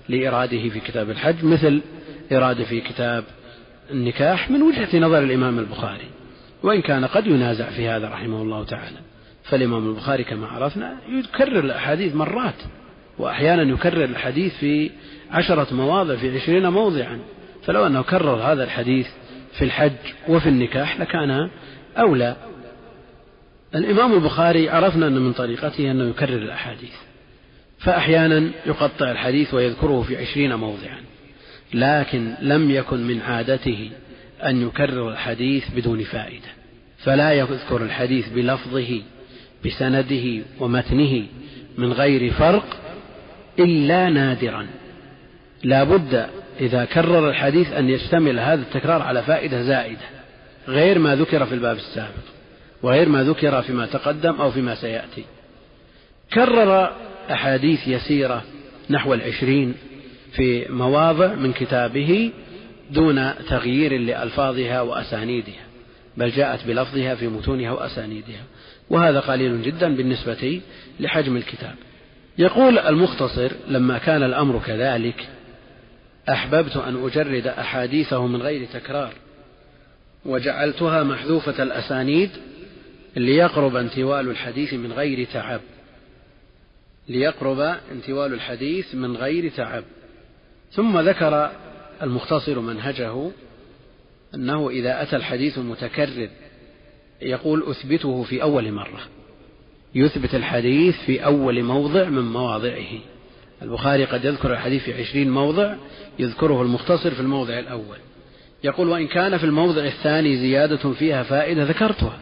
لإراده في كتاب الحج، مثل إراده في كتاب النكاح من وجهة نظر الإمام البخاري، وإن كان قد ينازع في هذا رحمه الله تعالى. فالإمام البخاري كما عرفنا يكرر الأحاديث مرات، وأحيانا يكرر الحديث في عشرة مواضع في عشرين موضعا، فلو أنه كرر هذا الحديث في الحج وفي النكاح لكان أولى. الإمام البخاري عرفنا أن من طريقته أنه يكرر الأحاديث، فأحيانا يقطع الحديث ويذكره في عشرين موضعا، لكن لم يكن من عادته أن يكرر الحديث بدون فائدة، فلا يذكر الحديث بلفظه بسنده ومتنه من غير فرق إلا نادرا. لا بد إذا كرر الحديث أن يشتمل هذا التكرار على فائدة زائدة غير ما ذكر في الباب السابق وغير ما ذكر فيما تقدم أو فيما سيأتي. كرر أحاديث يسيرة نحو العشرين في مواضع من كتابه دون تغيير لألفاظها وأسانيدها، بل جاءت بلفظها في متونها وأسانيدها، وهذا قليل جدا بالنسبة لحجم الكتاب. يقول المختصر: لما كان الأمر كذلك أحببت أن أجرد أحاديثه من غير تكرار، وجعلتها محذوفة الأسانيد ليقرب انتوال الحديث من غير تعب ليقرب انتوال الحديث من غير تعب ثم ذكر المختصر منهجه أنه إذا أتى الحديث المتكرر يقول أثبته في أول مرة، يثبت الحديث في أول موضع من مواضعه. البخاري قد يذكر الحديث في عشرين موضع، يذكره المختصر في الموضع الأول. يقول: وإن كان في الموضع الثاني زيادة فيها فائدة ذكرتها،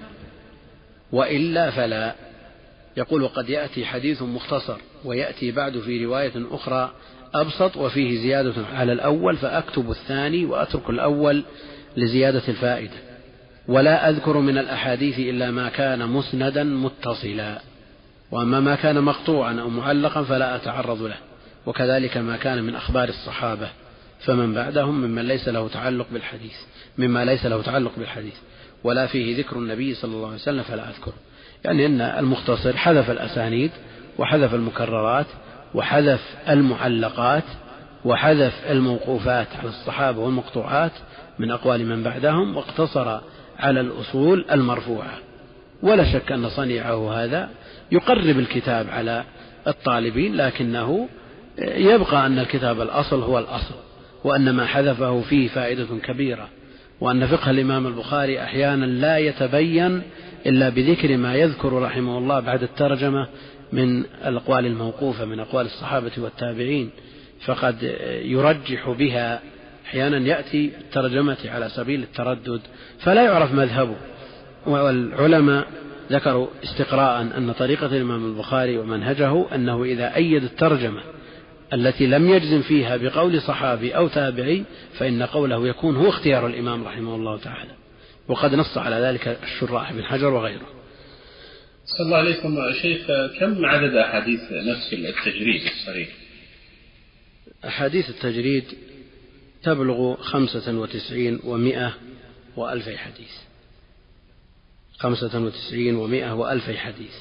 وإلا فلا. يقول: وقد يأتي حديث مختصر ويأتي بعد في رواية أخرى أبسط وفيه زيادة على الأول، فأكتب الثاني وأترك الأول لزيادة الفائدة، ولا أذكر من الأحاديث إلا ما كان مسندا متصلا، وأما ما كان مقطوعا أو معلقا فلا أتعرض له، وكذلك ما كان من أخبار الصحابة فمن بعدهم ممن ليس له تعلق بالحديث مما ليس له تعلق بالحديث ولا فيه ذكر النبي صلى الله عليه وسلم فلا أذكره. يعني أن المختصر حذف الأسانيد وحذف المكررات وحذف المعلقات وحذف الموقوفات على الصحابة والمقطوعات من أقوال من بعدهم، واقتصر على الأصول المرفوعة. ولا شك أن صنيعه هذا يقرب الكتاب على الطالبين، لكنه يبقى أن الكتاب الأصل هو الأصل، وأن ما حذفه فيه فائدة كبيرة، وأن فقه الإمام البخاري أحيانا لا يتبين إلا بذكر ما يذكر رحمه الله بعد الترجمة من الأقوال الموقوفة من أقوال الصحابة والتابعين، فقد يرجح بها. أحيانا يأتي الترجمة على سبيل التردد فلا يعرف مذهبه، والعلماء ذكروا استقراء أن طريقة الإمام البخاري ومنهجه أنه إذا أيد الترجمة التي لم يجزم فيها بقول صحابي أو تابعي فإن قوله يكون هو اختيار الإمام رحمه الله تعالى، وقد نص على ذلك الشراح بن حجر وغيره. صلى الله عليكم شيخ، كم عدد أحاديث نفس التجريد الصريح؟ أحاديث التجريد تبلغ خمسة وتسعين ومائة وألفي حديث، خمسة وتسعين ومائة وألفي حديث.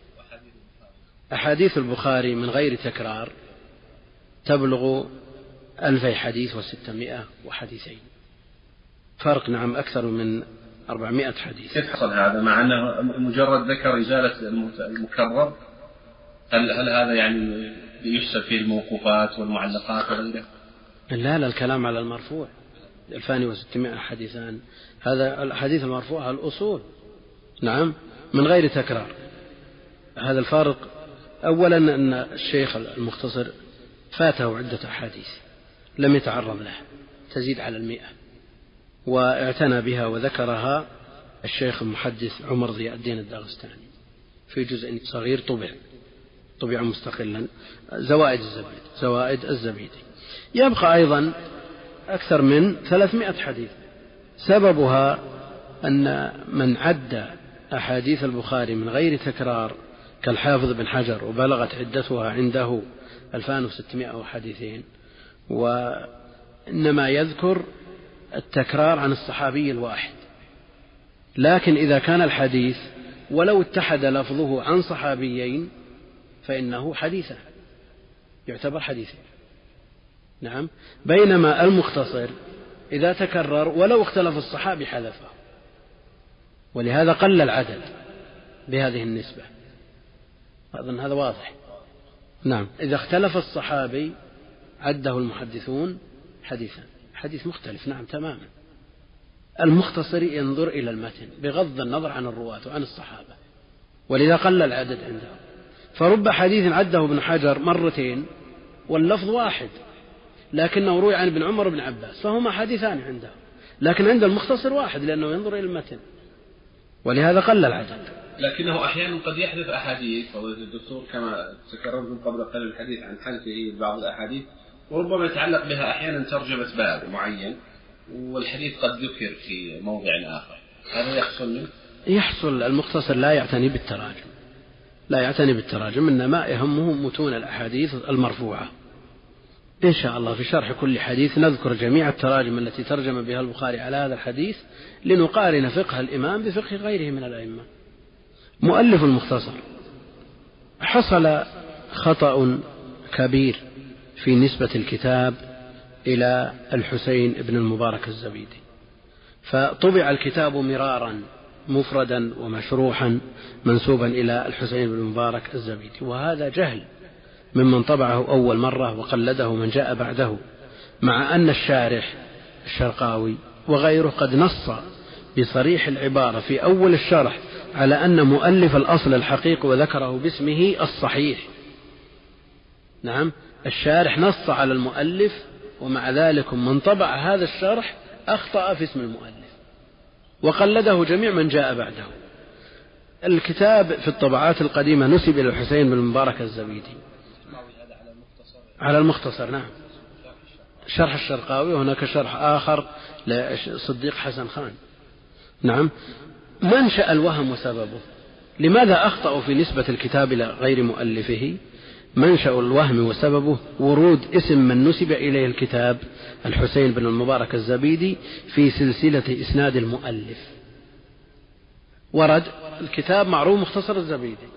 أحاديث البخاري من غير تكرار تبلغ ألفي حديث وستمائة وحديثين، فرق نعم أكثر من أربعمائة حديث. كيف حصل هذا مع أنه مجرد ذكر إزالة المكرر؟ هل, هل هذا يعني يحسب فيه الموقوفات والمعلقات وغيره؟ لا لا، الكلام على المرفوع. ألفان وستمائة حديثان، هذا الحديث المرفوع الأصول نعم من غير تكرار. هذا الفارق. أولا أن الشيخ المختصر فاته عدة أحاديث لم يتعرض له تزيد على المئة، واعتنى بها وذكرها الشيخ المحدث عمر ضياء الدين الداغستاني في جزء صغير طبع طبع مستقلا، زوائد الزبيدي زوائد الزبيدي. يبقى أيضا أكثر من ثلاثمائة حديث، سببها أن من عد أحاديث البخاري من غير تكرار كالحافظ بن حجر وبلغت عدتها عنده ألفان وستمائة حديثين، وإنما يذكر التكرار عن الصحابي الواحد. لكن إذا كان الحديث ولو اتحد لفظه عن صحابيين فإنه حديثا يعتبر حديثا. نعم. بينما المختصر إذا تكرر ولو اختلف الصحابي حذفه، ولهذا قل العدد بهذه النسبة. أظن هذا واضح. نعم. إذا اختلف الصحابي عده المحدثون حديثا، حديث مختلف. نعم تماما. المختصر ينظر إلى المتن بغض النظر عن الرواة وعن الصحابة، ولذا قل العدد عنده. فرب حديث عده ابن حجر مرتين واللفظ واحد، لكنه روي عن ابن عمر وابن عباس، فهما حديثان عنده، لكن عند المختصر واحد لأنه ينظر إلى المتن، ولهذا قل العدد. لكنه أحيانا قد يحدث أحاديث فضيلة الدكتور كما تكررتم قبل قليل الحديث عن حذفه بعض الأحاديث، وربما يتعلق بها أحيانا ترجمة باب معين والحديث قد ذكر في موضع آخر، هذا يحصل منه؟ يحصل. المختصر لا يعتني بالتراجم، لا يعتني بالتراجم، إنما يهمه متون الأحاديث المرفوعة. إن شاء الله في شرح كل حديث نذكر جميع التراجم التي ترجم بها البخاري على هذا الحديث لنقارن فقه الإمام بفقه غيره من الأئمة. مؤلف المختصر حصل خطأ كبير في نسبة الكتاب إلى الحسين بن المبارك الزبيدي، فطبع الكتاب مرارا مفردا ومشروحا منسوبا إلى الحسين بن المبارك الزبيدي، وهذا جهل ممن طبعه أول مرة وقلده من جاء بعده، مع أن الشارح الشرقاوي وغيره قد نص بصريح العبارة في أول الشرح على أن مؤلف الأصل الحقيقي وذكره باسمه الصحيح. نعم. الشارح نص على المؤلف، ومع ذلك من طبع هذا الشرح أخطأ في اسم المؤلف وقلده جميع من جاء بعده. الكتاب في الطبعات القديمة نسب إلى الحسين بن المبارك الزبيدي على المختصر. نعم. شرح الشرقاوي، وهناك شرح آخر لصديق حسن خان. نعم. منشأ الوهم وسببه، لماذا أخطأوا في نسبة الكتاب إلى غير مؤلفه؟ منشأ الوهم وسببه ورود اسم من نسب إليه الكتاب الحسين بن المبارك الزبيدي في سلسلة إسناد المؤلف. ورد الكتاب معروف مختصر الزبيدي،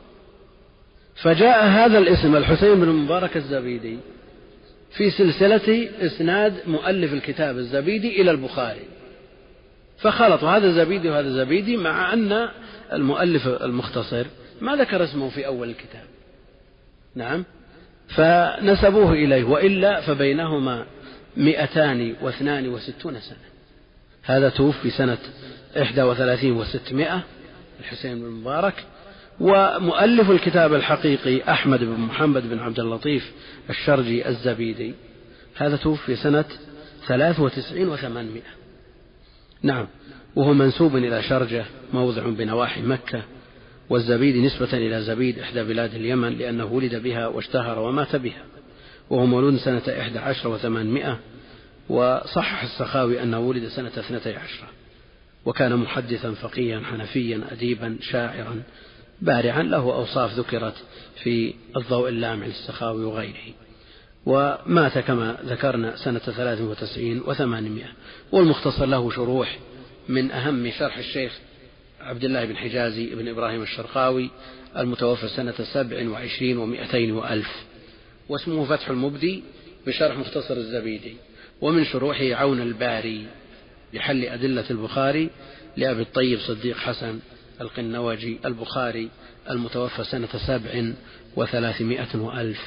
فجاء هذا الاسم الحسين بن المبارك الزبيدي في سلسلة إسناد مؤلف الكتاب الزبيدي إلى البخاري، فخلط هذا الزبيدي وهذا الزبيدي، مع أن المؤلف المختصر ما ذكر اسمه في أول الكتاب. نعم. فنسبوه إليه، وإلا فبينهما مئتان واثنان وستون سنة. هذا توفي سنة إحدى وثلاثين وستمائة الحسين بن المبارك، ومؤلف الكتاب الحقيقي أحمد بن محمد بن عبد اللطيف الشرجي الزبيدي، هذا توفي سنة ثلاث وتسعين وثمانمائة. نعم. وهو منسوب إلى شرجة موضع بنواحي مكة، والزبيدي نسبة إلى زبيد إحدى بلاد اليمن لأنه ولد بها واشتهر ومات بها، وهو مولود سنة إحدى عشر وثمانمائة، وصحح السخاوي أنه ولد سنة اثنتي عشرة، وكان محدثا فقيها حنفيا أديبا شاعرا بارعا، له أوصاف ذكرت في الضوء اللامع للسخاوي وغيره، ومات كما ذكرنا سنة ثلاث وتسعين وثمانمائة. والمختصر له شروح، من أهم شرح الشيخ عبد الله بن حجازي بن إبراهيم الشرقاوي المتوفى سنة سبع وعشرين ومئتين وألف، واسمه فتح المبدي بشرح مختصر الزبيدي. ومن شروحه عون الباري لحل أدلة البخاري لأبي الطيب صديق حسن القنوجي البخاري المتوفى سنة سبع وثلاثمائة وألف.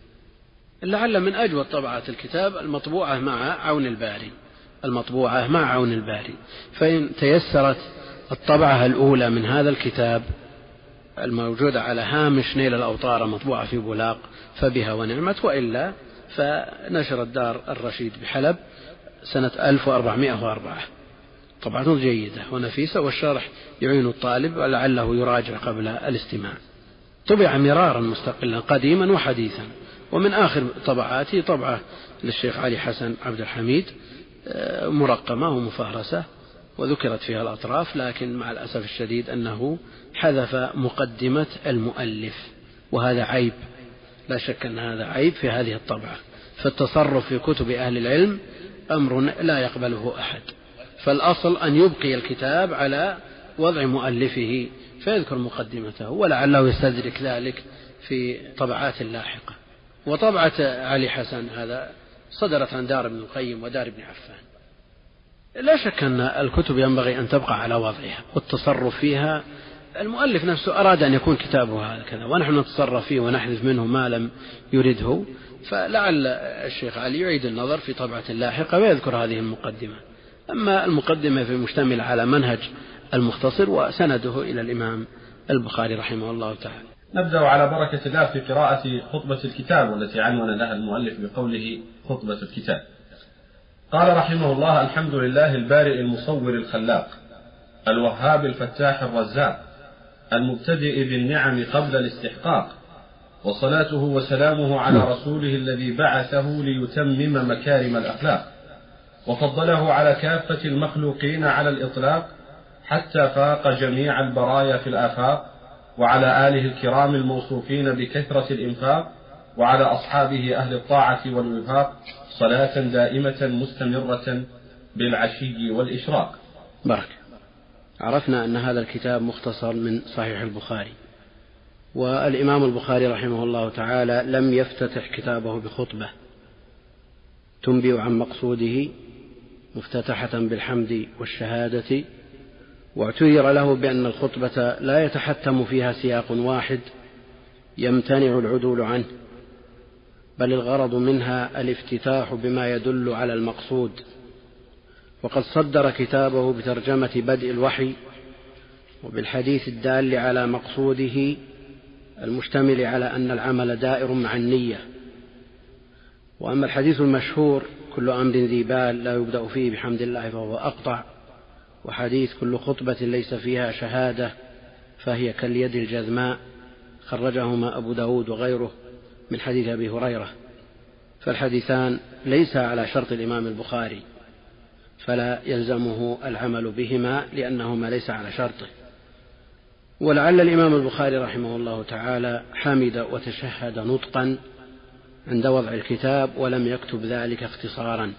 لعل من أجود طبعات الكتاب المطبوعة مع عون الباري، المطبوعة مع عون الباري، فإن تيسرت الطبعة الأولى من هذا الكتاب الموجودة على هامش نيل الأوطار مطبوعة في بولاق فبها ونعمت، وإلا فنشر الدار الرشيد بحلب سنة ألف وأربعمائة وأربعة، طبعة جيدة ونفيسة، والشرح يعين الطالب ولعله يراجع قبل الاستماع. طبع مرارا مستقلا قديما وحديثا. ومن آخر طبعاته طبعة للشيخ علي حسن عبد الحميد مرقمة ومفهرسة وذكرت فيها الأطراف، لكن مع الأسف الشديد أنه حذف مقدمة المؤلف، وهذا عيب، لا شك أن هذا عيب في هذه الطبعة. فالتصرف في كتب أهل العلم أمر لا يقبله أحد، فالأصل أن يبقي الكتاب على وضع مؤلفه فيذكر مقدمته، ولعله يستدرك ذلك في طبعات لاحقة. وطبعة علي حسن هذا صدرت عن دار ابن القيم ودار ابن عفان. لا شك أن الكتب ينبغي أن تبقى على وضعها والتصرف فيها. المؤلف نفسه أراد أن يكون كتابه هكذا ونحن نتصرف فيه ونحذف منه ما لم يرده، فلعل الشيخ علي يعيد النظر في طبعة لاحقة ويذكر هذه المقدمة. أما المقدمة في مشتمل على منهج المختصر وسنده إلى الإمام البخاري رحمه الله تعالى. نبدأ على بركة الله في قراءة خطبة الكتاب والتي عنون لها المؤلف بقوله خطبة الكتاب. قال رحمه الله: الحمد لله البارئ المصور الخلاق الوهاب الفتاح الرزاق المبتدئ بالنعم قبل الاستحقاق، وصلاته وسلامه على رسوله الذي بعثه ليتمم مكارم الأخلاق، وفضله على كافة المخلوقين على الإطلاق حتى فاق جميع البرايا في الآفاق، وعلى آله الكرام الموصوفين بكثرة الإنفاق، وعلى أصحابه أهل الطاعة والوفاق، صلاة دائمة مستمرة بالعشي والإشراق. بارك. عرفنا أن هذا الكتاب مختصر من صحيح البخاري، والإمام البخاري رحمه الله تعالى لم يفتتح كتابه بخطبة تنبئ عن مقصوده مفتتحة بالحمد والشهادة، واعتذر له بأن الخطبة لا يتحتم فيها سياق واحد يمتنع العدول عنه، بل الغرض منها الافتتاح بما يدل على المقصود. وقد صدر كتابه بترجمة بدء الوحي وبالحديث الدال على مقصوده المشتمل على أن العمل دائر مع النية. وأما الحديث المشهور كل أمر ذي بال لا يبدأ فيه بحمد الله فهو أقطع، وحديث كل خطبة ليس فيها شهادة فهي كاليد الجذماء خرجهما أبو داود وغيره من حديث أبي هريرة، فالحديثان ليس على شرط الإمام البخاري فلا يلزمه العمل بهما لأنهما ليس على شرطه. ولعل الإمام البخاري رحمه الله تعالى حمد وتشهد نطقا عند وضع الكتاب ولم يكتب ذلك اختصارا،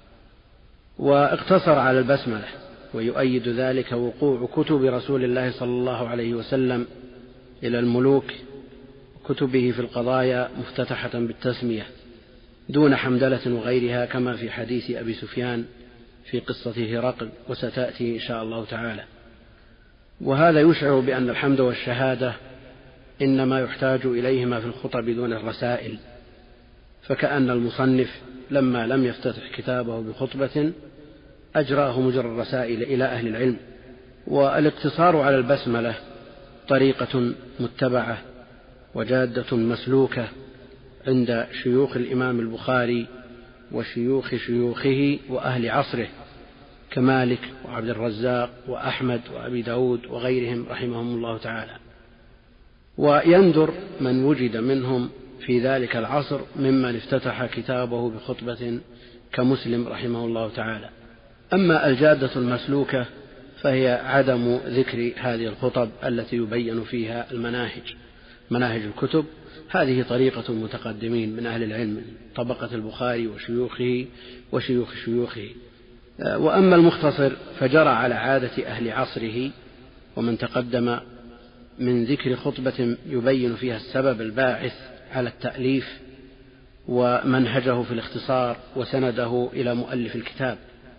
واقتصر على البسملة، ويؤيد ذلك وقوع كتب رسول الله صلى الله عليه وسلم إلى الملوك كتبه في القضايا مفتتحة بالتسمية دون حمدلة وغيرها، كما في حديث أبي سفيان في قصة هرقل وستأتي إن شاء الله تعالى. وهذا يشعر بأن الحمد والشهادة إنما يحتاج إليهما في الخطب دون الرسائل، فكأن المصنف لما لم يفتتح كتابه بخطبة أجراه مجرى الرسائل إلى أهل العلم. والاقتصار على البسملة طريقة متبعة وجادة مسلوكة عند شيوخ الإمام البخاري وشيوخ شيوخه وأهل عصره كمالك وعبد الرزاق وأحمد وأبي داود وغيرهم رحمهم الله تعالى. ويندر من وجد منهم في ذلك العصر ممن افتتح كتابه بخطبة كمسلم رحمه الله تعالى. أما الجادة المسلوكة فهي عدم ذكر هذه الخطب التي يبين فيها المناهج مناهج الكتب. هذه طريقة المتقدمين من أهل العلم طبقة البخاري وشيوخه وشيوخ شيوخه. وأما المختصر فجرى على عادة أهل عصره ومن تقدم من ذكر خطبة يبين فيها السبب الباعث على التأليف ومنهجه في الاختصار وسنده إلى مؤلف الكتاب.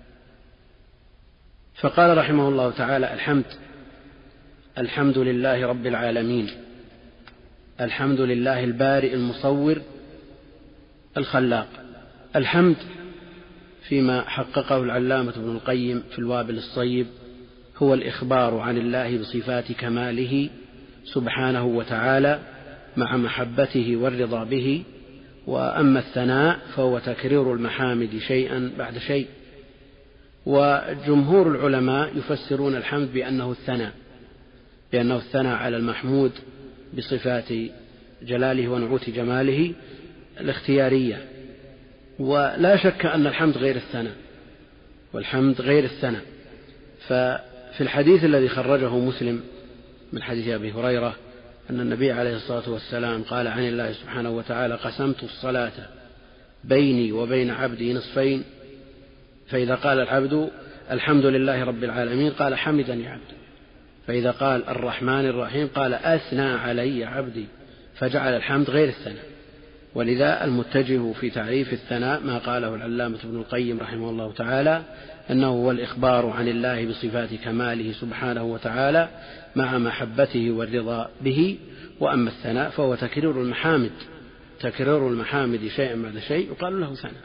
فقال رحمه الله تعالى: الحمد الحمد لله رب العالمين، الحمد لله البارئ المصور الخلاق. الحمد فيما حققه العلامة ابن القيم في الوابل الصيب هو الإخبار عن الله بصفات كماله سبحانه وتعالى مع محبته والرضا به. وأما الثناء فهو تكرير المحامد شيئا بعد شيء. وجمهور العلماء يفسرون الحمد بأنه الثناء بأنه الثناء على المحمود بصفات جلاله ونعوت جماله الاختيارية. ولا شك أن الحمد غير الثناء والحمد غير الثناء. ففي الحديث الذي خرجه مسلم من حديث أبي هريرة أن النبي عليه الصلاة والسلام قال عن الله سبحانه وتعالى: قسمت الصلاة بيني وبين عبدي نصفين، فإذا قال العبد الحمد لله رب العالمين قال حمدني عبدي، فإذا قال الرحمن الرحيم قال أثنى علي عبدي، فجعل الحمد غير الثناء. ولذا المتجه في تعريف الثناء ما قاله العلامة ابن القيم رحمه الله تعالى أنه هو الإخبار عن الله بصفات كماله سبحانه وتعالى مع محبته والرضا به. وأما الثناء فهو تكرير المحامد تكرير المحامد شيئا بعد شيء يقال له ثناء.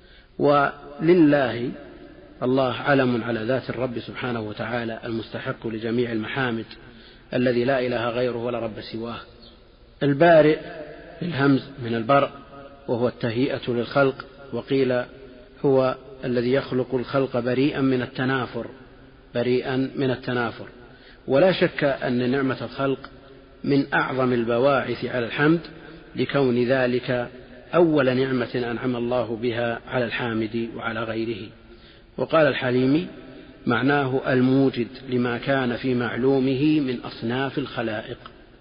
ولله الله علم على ذات الرب سبحانه وتعالى المستحق لجميع المحامد الذي لا إله غيره ولا رب سواه. البارئ الهمز من البرء وهو التهيئة للخلق، وقيل هو الذي يخلق الخلق بريئا من التنافر بريئا من التنافر. ولا شك أن نعمة الخلق من أعظم البواعث على الحمد، لكون ذلك أول نعمة أنعم الله بها على الحامد وعلى غيره. وقال الحليمي معناه الموجد لما كان في معلومه من أصناف الخلائق.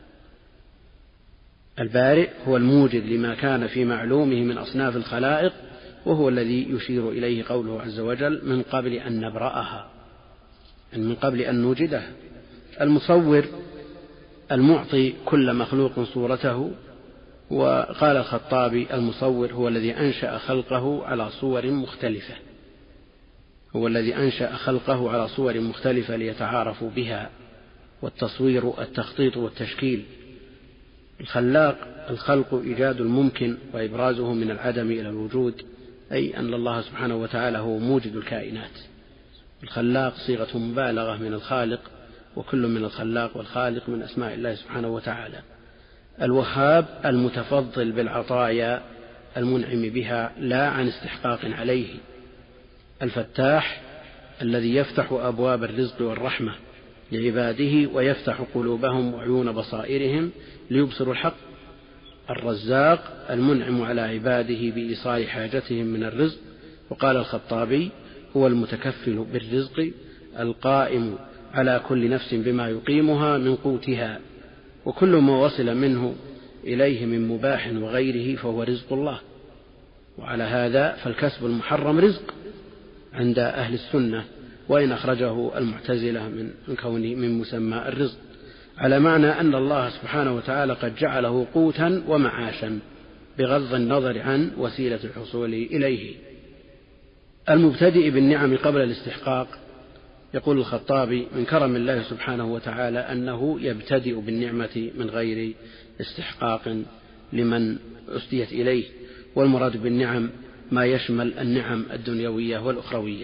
البارئ هو الموجد لما كان في معلومه من أصناف الخلائق، وهو الذي يشير إليه قوله عز وجل من قبل أن نبرأها، من قبل أن نوجدها. المصور المعطي كل مخلوق صورته. وقال الخطابي المصور هو الذي أنشأ خلقه على صور مختلفة هو الذي أنشأ خلقه على صور مختلفة ليتعارفوا بها. والتصوير التخطيط والتشكيل. الخلاق الخلق إيجاد الممكن وإبرازه من العدم إلى الوجود، أي أن الله سبحانه وتعالى هو موجد الكائنات. الخلاق صيغة مبالغة من الخالق، وكل من الخلاق والخالق من أسماء الله سبحانه وتعالى. الوهاب المتفضل بالعطايا المنعم بها لا عن استحقاق عليه. الفتاح الذي يفتح أبواب الرزق والرحمة لعباده ويفتح قلوبهم وعيون بصائرهم ليبصروا الحق. الرزاق المنعم على عباده بإيصال حاجتهم من الرزق. وقال الخطابي هو المتكفل بالرزق القائم على كل نفس بما يقيمها من قوتها، وكل ما وصل منه إليه من مباح وغيره فهو رزق الله. وعلى هذا فالكسب المحرم رزق عند أهل السنة، وإن أخرجه المعتزلة من كونه من مسمى الرزق، على معنى أن الله سبحانه وتعالى قد جعله قوتا ومعاشا بغض النظر عن وسيلة الحصول إليه. المبتدئ بالنعم قبل الاستحقاق. يقول الخطابي من كرم الله سبحانه وتعالى أنه يبتدئ بالنعمة من غير استحقاق لمن أسديت إليه، والمراد بالنعم ما يشمل النعم الدنيوية والأخروية.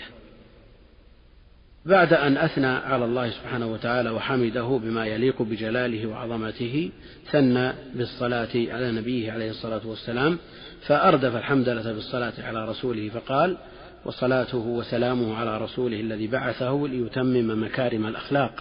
بعد أن أثنى على الله سبحانه وتعالى وحمده بما يليق بجلاله وعظمته، ثنى بالصلاة على نبيه عليه الصلاة والسلام، فأردف الحمدلة بالصلاة على رسوله فقال وصلاته وسلامه على رسوله الذي بعثه ليتمم مكارم الأخلاق.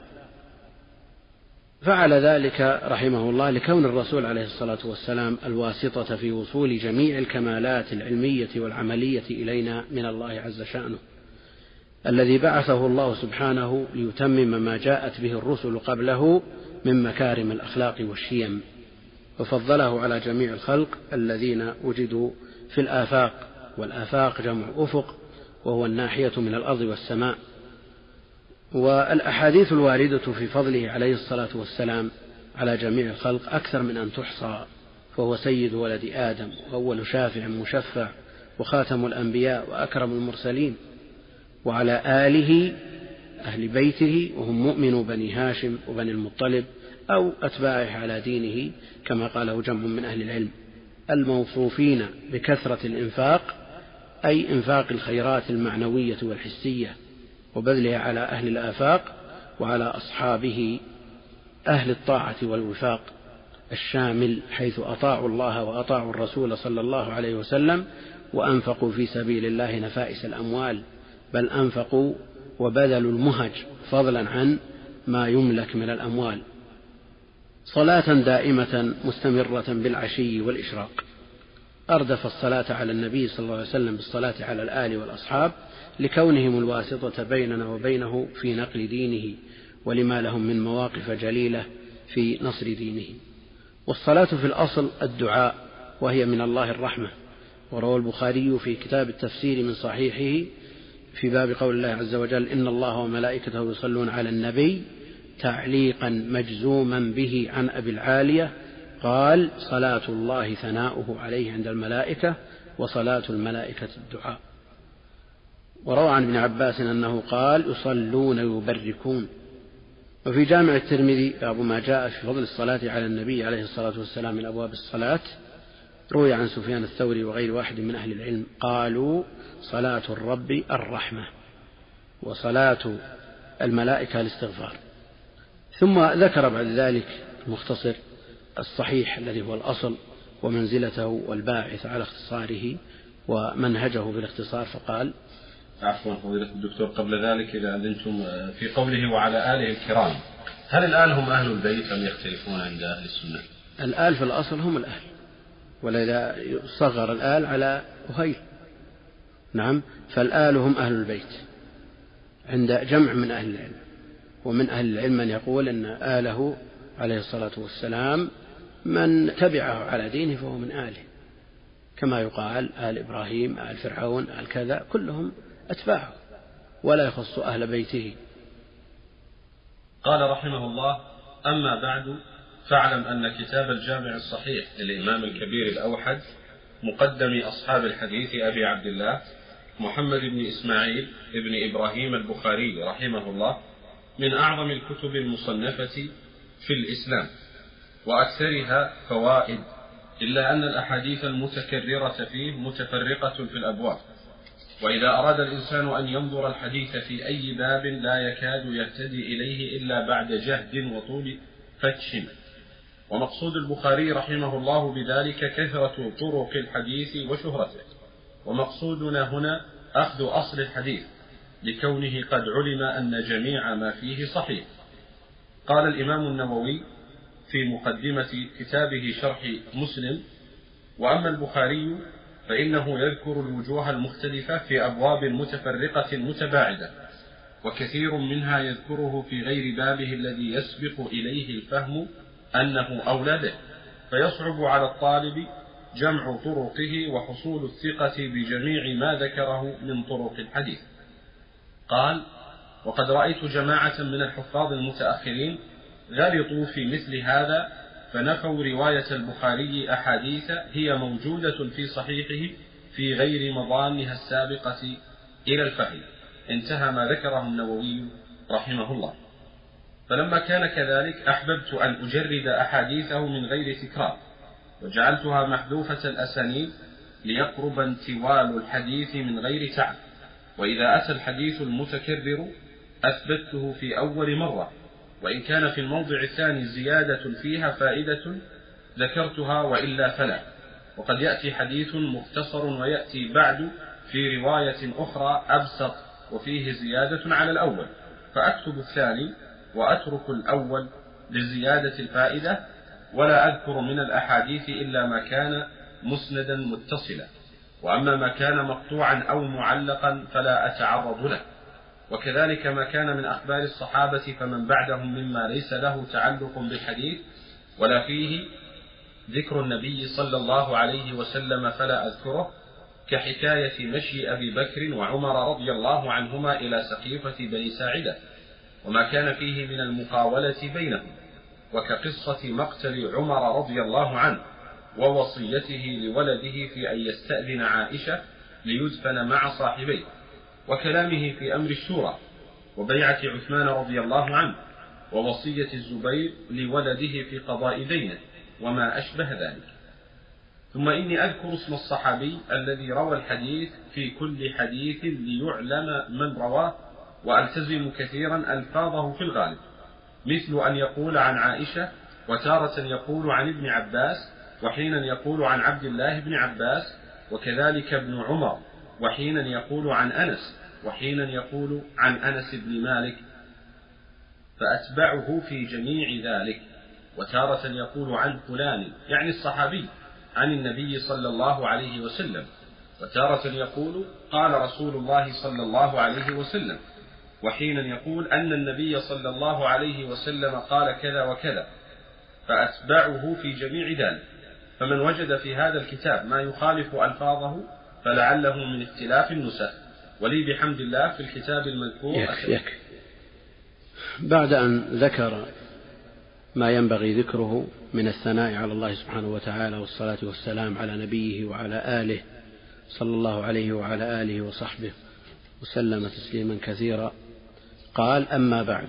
فعل ذلك رحمه الله لكون الرسول عليه الصلاة والسلام الواسطة في وصول جميع الكمالات العلمية والعملية إلينا من الله عز شأنه، الذي بعثه الله سبحانه ليتمم ما جاءت به الرسل قبله من مكارم الأخلاق والشيم، وفضله على جميع الخلق الذين وجدوا في الآفاق. والآفاق جمع أفق، وهو الناحية من الأرض والسماء. والأحاديث الواردة في فضله عليه الصلاة والسلام على جميع الخلق أكثر من أن تحصى، فهو سيد ولد آدم وأول شافع مشفع وخاتم الأنبياء وأكرم المرسلين، وعلى آله أهل بيته وهم مؤمنو بني هاشم وبني المطلب أو أتباعه على دينه كما قاله جمع من أهل العلم، الموصوفين بكثرة الإنفاق، أي إنفاق الخيرات المعنوية والحسية وبذلها على أهل الآفاق وعلى أصحابه أهل الطاعة والوفاق الشامل، حيث أطاعوا الله وأطاعوا الرسول صلى الله عليه وسلم وأنفقوا في سبيل الله نفائس الأموال، بل أنفقوا وبذلوا المهج فضلا عن ما يملك من الأموال. صلاة دائمة مستمرة بالعشي والإشراق. أردف الصلاة على النبي صلى الله عليه وسلم بالصلاة على الآل والأصحاب لكونهم الواسطة بيننا وبينه في نقل دينه، ولما لهم من مواقف جليلة في نصر دينه. والصلاة في الأصل الدعاء، وهي من الله الرحمة. وروى البخاري في كتاب التفسير من صحيحه في باب قول الله عز وجل إن الله وملائكته يصلون على النبي تعليقا مجزوما به عن أبي العالية قال صلاة الله ثناؤه عليه عند الملائكة وصلاة الملائكة الدعاء. وروى عن ابن عباس أنه قال يصلون يبركون. وفي جامع الترمذي باب ما جاء في فضل الصلاة على النبي عليه الصلاة والسلام من أبواب الصلاة روي عن سفيان الثوري وغير واحد من أهل العلم قالوا صلاة الرب الرحمة وصلاة الملائكة الاستغفار. ثم ذكر بعد ذلك المختصر الصحيح الذي هو الأصل ومنزلته والباعث على اختصاره ومنهجه بالاختصار فقال: عفوا فضيلة الدكتور، قبل ذلك إذا أذنتم في قوله وعلى آله الكرام، هل الآل هم أهل البيت أم يختلفون عند أهل السنة؟ الآل في الأصل هم الأهل، ولذا صغر الآل على أهيل. نعم، فالآل هم أهل البيت عند جمع من أهل العلم. ومن أهل العلم من يقول أن آله عليه الصلاة والسلام من تبعه على دينه فهو من آله، كما يقال آل إبراهيم آل فرعون آل كذا كلهم أتباعه ولا يخص أهل بيته. قال رحمه الله: أما بعد، فاعلم أن كتاب الجامع الصحيح للإمام الكبير الأوحد مقدم أصحاب الحديث أبي عبد الله محمد بن إسماعيل بن إبراهيم البخاري رحمه الله من أعظم الكتب المصنفة في الإسلام وأكثرها فوائد، إلا أن الأحاديث المتكررة فيه متفرقة في الأبواب، وإذا أراد الإنسان أن ينظر الحديث في أي باب لا يكاد يهتدي إليه إلا بعد جهد وطول فتش. ومقصود البخاري رحمه الله بذلك كثرة طرق الحديث وشهرته، ومقصودنا هنا أخذ أصل الحديث لكونه قد علم أن جميع ما فيه صحيح. قال الإمام النووي في مقدمة كتابه شرح مسلم: وأما البخاري فإنه يذكر الوجوه المختلفة في أبواب متفرقة متباعدة، وكثير منها يذكره في غير بابه الذي يسبق إليه الفهم أنه أولى به، فيصعب على الطالب جمع طرقه وحصول الثقة بجميع ما ذكره من طرق الحديث. قال: وقد رأيت جماعة من الحفاظ المتأخرين غلطوا في مثل هذا، فنفوا رواية البخاري أحاديث هي موجودة في صحيحه في غير مضانها السابقة إلى الفهم. انتهى ما ذكره النووي رحمه الله. فلما كان كذلك أحببت أن أجرد أحاديثه من غير تكرار، وجعلتها محذوفة الأسانيد ليقرب انتوال الحديث من غير تعب، وإذا أتى الحديث المتكرر أثبته في أول مرة، وإن كان في الموضع الثاني زيادة فيها فائدة ذكرتها وإلا فلا. وقد يأتي حديث مختصر ويأتي بعد في رواية أخرى أبسط وفيه زيادة على الأول، فأكتب الثاني وأترك الأول لزيادة الفائدة، ولا أذكر من الأحاديث إلا ما كان مسندا متصلا، وأما ما كان مقطوعا أو معلقا فلا أتعرض له. وكذلك ما كان من أخبار الصحابة فمن بعدهم مما ليس له تعلق بالحديث ولا فيه ذكر النبي صلى الله عليه وسلم فلا أذكره، كحكاية مشي أبي بكر وعمر رضي الله عنهما إلى سقيفة بني ساعدة وما كان فيه من المقاولة بينهم، وكقصة مقتل عمر رضي الله عنه ووصيته لولده في أن يستأذن عائشة ليدفن مع صاحبيه، وكلامه في أمر الشورى، وبيعة عثمان رضي الله عنه، ووصية الزبير لولده في قضاء دينه، وما أشبه ذلك. ثم إني أذكر اسم الصحابي الذي روى الحديث في كل حديث ليعلم من رواه، وألتزم كثيرا ألفاظه في الغالب، مثل أن يقول عن عائشة، وتارة يقول عن ابن عباس، وحينا يقول عن عبد الله بن عباس، وكذلك ابن عمر، وحينا يقول عن أنس، وحينا يقول عن أنس بن مالك، فأتبعه في جميع ذلك. وتارة يقول عن فلان يعني الصحابي عن النبي صلى الله عليه وسلم، وتارة يقول قال رسول الله صلى الله عليه وسلم، وحينا يقول أن النبي صلى الله عليه وسلم قال كذا وكذا، فأتبعه في جميع ذلك. فمن وجد في هذا الكتاب ما يخالف ألفاظه فلعله من اختلاف النسخ، ولي بحمد الله في الكتاب المذكور. يكفي يكفي. بعد أن ذكر ما ينبغي ذكره من الثناء على الله سبحانه وتعالى والصلاة والسلام على نبيه وعلى آله صلى الله عليه وعلى آله وصحبه وسلم تسليما كثيرا. قال: أما بعد.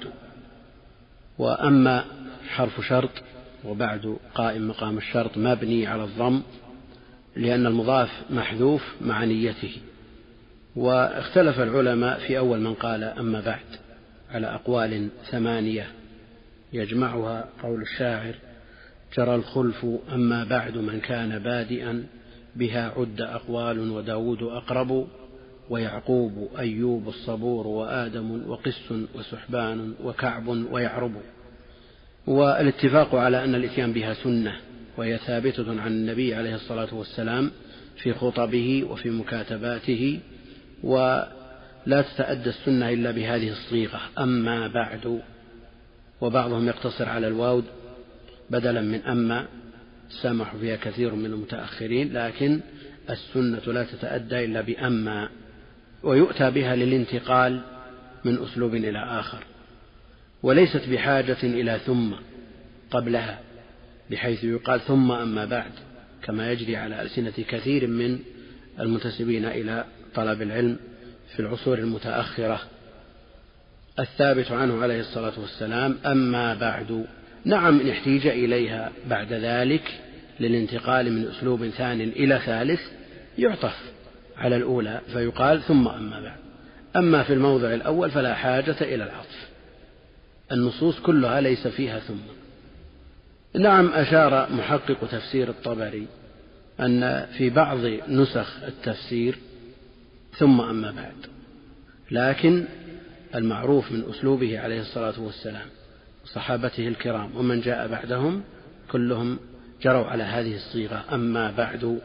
وأما حرف شرط، وبعد قائم مقام الشرط مبني على الضم لأن المضاف محذوف مع نيته. واختلف العلماء في أول من قال أما بعد على أقوال ثمانية يجمعها قول الشاعر: جرى الخلف أما بعد من كان بادئا بها عد أقوال وداود أقرب ويعقوب أيوب الصبور وآدم وقس وسحبان وكعب ويعرب. والاتفاق على أن الإتيان بها سنة، وهي ثابتة عن النبي عليه الصلاة والسلام في خطبه وفي مكاتباته، ولا تتأدى السنة إلا بهذه الصيغة أما بعد. وبعضهم يقتصر على الواو بدلا من أما، سامح فيها كثير من المتأخرين، لكن السنة لا تتأدى إلا بأما، ويؤتى بها للانتقال من أسلوب إلى آخر، وليست بحاجة إلى ثم قبلها، بحيث يقال ثم أما بعد، كما يجري على ألسنة كثير من المنتسبين إلى طلب العلم في العصور المتأخرة. الثابت عنه عليه الصلاة والسلام أما بعد. نعم، إن احتيج إليها بعد ذلك للانتقال من أسلوب ثاني إلى ثالث يعطف على الأولى فيقال ثم أما بعد. أما في الموضع الأول فلا حاجة إلى العطف، النصوص كلها ليس فيها ثم. نعم، أشار محقق تفسير الطبري أن في بعض نسخ التفسير ثم أما بعد، لكن المعروف من أسلوبه عليه الصلاة والسلام وصحابته الكرام ومن جاء بعدهم كلهم جروا على هذه الصيغة أما بعد.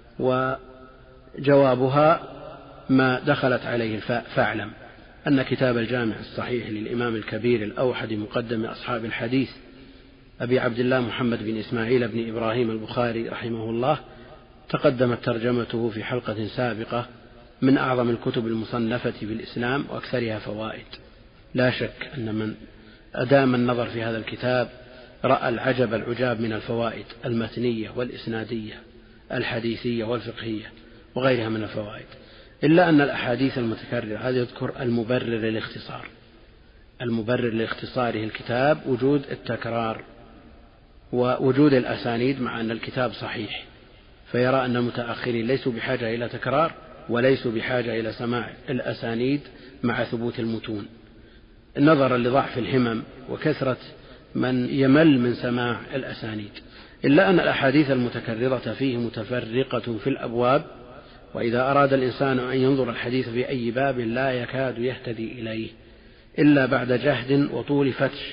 وجوابها ما دخلت عليه الفاء. فاعلم أن كتاب الجامع الصحيح للإمام الكبير الأوحد مقدم أصحاب الحديث أبي عبد الله محمد بن إسماعيل بن إبراهيم البخاري رحمه الله تقدمت ترجمته في حلقة سابقة، من أعظم الكتب المصنفة في الإسلام وأكثرها فوائد. لا شك أن من أدام النظر في هذا الكتاب رأى العجب العجاب من الفوائد المتنية والإسنادية الحديثية والفقهية وغيرها من الفوائد، إلا أن الأحاديث المتكررة هذا يذكر المبرر للاختصار. المبرر لاختصاره الكتاب وجود التكرار ووجود الأسانيد، مع أن الكتاب صحيح، فيرى أن المتأخرين ليسوا بحاجة إلى تكرار وليسوا بحاجة إلى سماع الأسانيد مع ثبوت المتون، نظرا لضعف الهمم وكثرة من يمل من سماع الأسانيد. إلا أن الأحاديث المتكررة فيه متفرقة في الأبواب، وإذا أراد الإنسان أن ينظر الحديث في أي باب لا يكاد يهتدي إليه إلا بعد جهد وطول فتش.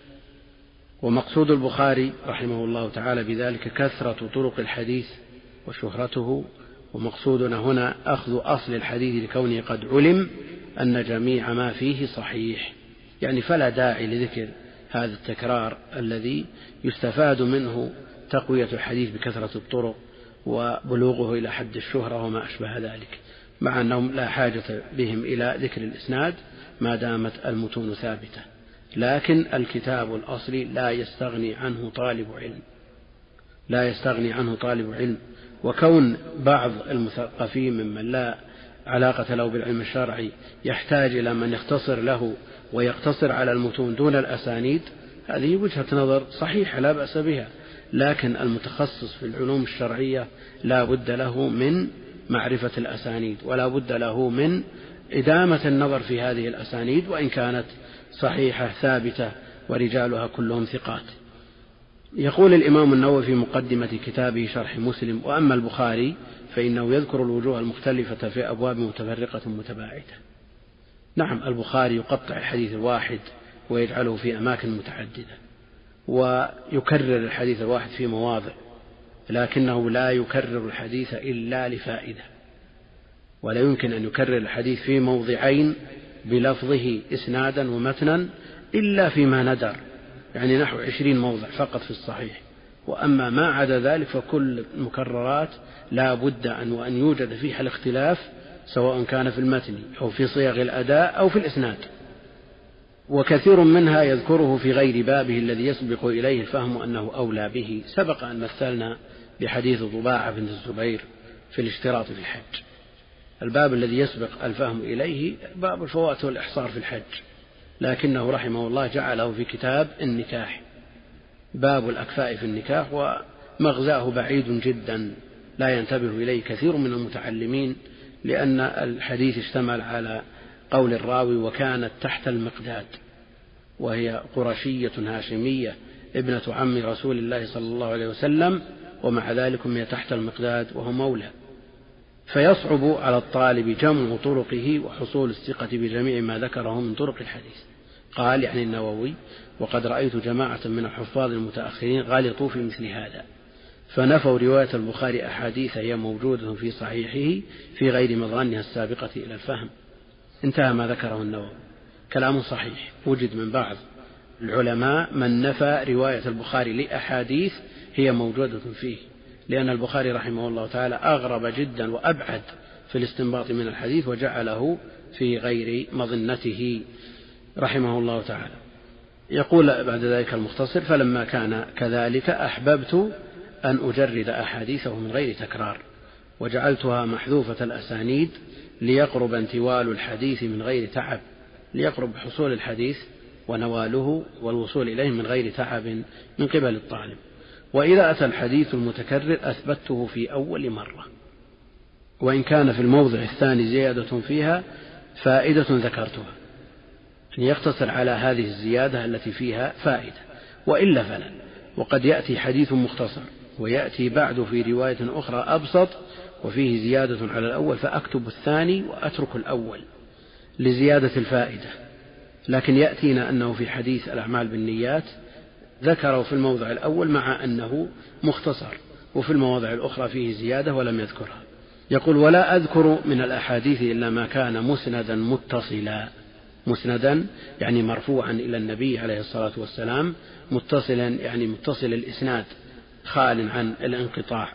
ومقصود البخاري رحمه الله تعالى بذلك كثرة طرق الحديث وشهرته، ومقصودنا هنا أخذ أصل الحديث لكونه قد علم أن جميع ما فيه صحيح، يعني فلا داعي لذكر هذا التكرار الذي يستفاد منه تقوية الحديث بكثرة الطرق وبلوغه إلى حد الشهرة وما أشبه ذلك، مع أنهم لا حاجة بهم إلى ذكر الإسناد ما دامت المتون ثابتة. لكن الكتاب الأصلي لا يستغني عنه طالب علم، لا يستغني عنه طالب علم. وكون بعض المثقفين ممن لا علاقة له بالعلم الشرعي يحتاج إلى من يختصر له ويقتصر على المتون دون الأسانيد، هذه وجهة نظر صحيحة لا بأس بها، لكن المتخصص في العلوم الشرعية لا بد له من معرفة الأسانيد، ولا بد له من إدامة النظر في هذه الأسانيد وإن كانت صحيحة ثابتة ورجالها كلهم ثقات. يقول الإمام النووي في مقدمة كتابه شرح مسلم: وأما البخاري فإنه يذكر الوجوه المختلفة في أبواب متفرقة متباعدة. نعم، البخاري يقطع الحديث الواحد ويجعله في أماكن متعددة، ويكرر الحديث الواحد في مواضع، لكنه لا يكرر الحديث إلا لفائدة، ولا يمكن أن يكرر الحديث في موضعين بلفظه إسنادا ومتنا إلا فيما ندر، يعني نحو عشرين موضع فقط في الصحيح. وأما ما عدا ذلك فكل المكررات لا بد أن وأن يوجد فيها الاختلاف، سواء كان في المتن أو في صيغ الأداء أو في الإسناد. وكثير منها يذكره في غير بابه الذي يسبق إليه الفهم أنه أولى به. سبق أن مثلنا بحديث ضباعة بن الزبير في الاشتراط في الحج. الباب الذي يسبق الفهم إليه باب الفوات والإحصار في الحج، لكنه رحمه الله جعله في كتاب النكاح، باب الأكفاء في النكاح، ومغزاه بعيد جدا لا ينتبه إليه كثير من المتعلمين، لأن الحديث اشتمل على قول الراوي وكانت تحت المقداد، وهي قرشية هاشمية ابنة عم رسول الله صلى الله عليه وسلم، ومع ذلك هي تحت المقداد وهو مولى، فيصعب على الطالب جمع طرقه وحصول الثقة بجميع ما ذكره من طرق الحديث. قال يعني النووي: وقد رأيت جماعة من الحفاظ المتأخرين غلطوا في مثل هذا، فنفوا رواية البخاري أحاديث هي موجودة في صحيحه في غير مظانها السابقة إلى الفهم. انتهى ما ذكره النووي. كلام صحيح، وجد من بعض العلماء من نفى رواية البخاري لأحاديث هي موجودة فيه، لأن البخاري رحمه الله تعالى أغرب جدا وأبعد في الاستنباط من الحديث وجعله في غير مظنته رحمه الله تعالى. يقول بعد ذلك المختصر: فلما كان كذلك أحببت أن أجرد أحاديثه من غير تكرار، وجعلتها محذوفة الأسانيد ليقرب انتوال الحديث من غير تعب، ليقرب حصول الحديث ونواله والوصول إليه من غير تعب من قبل الطالب. وإذا أتى الحديث المتكرر أثبته في أول مرة، وإن كان في الموضع الثاني زيادة فيها فائدة ذكرتها، يقتصر على هذه الزيادة التي فيها فائدة، وإلا فلا. وقد يأتي حديث مختصر ويأتي بعد في رواية أخرى أبسط وفيه زيادة على الأول، فأكتب الثاني وأترك الأول لزيادة الفائدة. لكن يأتينا أنه في حديث الأعمال بالنيات ذكره في الموضع الأول مع أنه مختصر، وفي المواضع الأخرى فيه زيادة ولم يذكرها. يقول: ولا أذكر من الأحاديث إلا ما كان مسندا متصلا. مسندا يعني مرفوعا إلى النبي عليه الصلاة والسلام، متصلا يعني متصل الإسناد خال عن الانقطاع.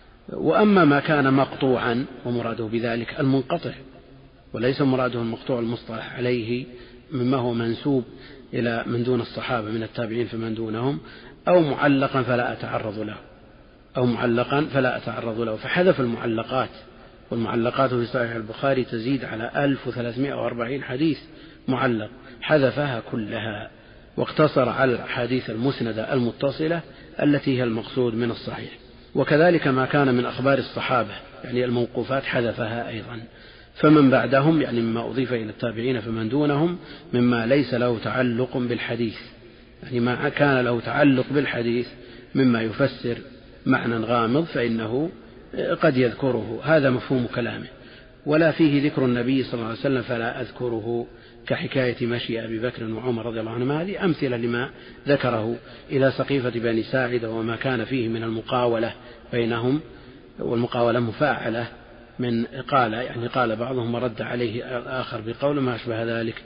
وأما ما كان مقطوعا ومراده بذلك المنقطع، وليس مراده المقطوع المصطلح عليه مما هو منسوب إلى من دون الصحابة من التابعين فمن دونهم، أو معلقا فلا أتعرض له أو معلقا فلا أتعرض له فحذف المعلقات، والمعلقات في صحيح البخاري تزيد على ألف وثلاثمائة وأربعين حديث معلق، حذفها كلها واقتصر على الحديث المسندة المتصلة التي هي المقصود من الصحيح. وكذلك ما كان من أخبار الصحابة يعني الموقوفات حذفها أيضا. فمن بعدهم يعني مما أضيف إلى التابعين فمن دونهم مما ليس له تعلق بالحديث، يعني ما كان له تعلق بالحديث مما يفسر معنى غامض فإنه قد يذكره، هذا مفهوم كلامه. ولا فيه ذكر النبي صلى الله عليه وسلم فلا أذكره، كحكاية مشي أبي بكر وعمر رضي الله عنهما، هذه أمثلة لما ذكره إلى سقيفة بني ساعدة وما كان فيه من المقاولة بينهم، والمقاولة مفاعلة من قال يعني قال بعضهم ورد عليه آخر بقول ما أشبه ذلك،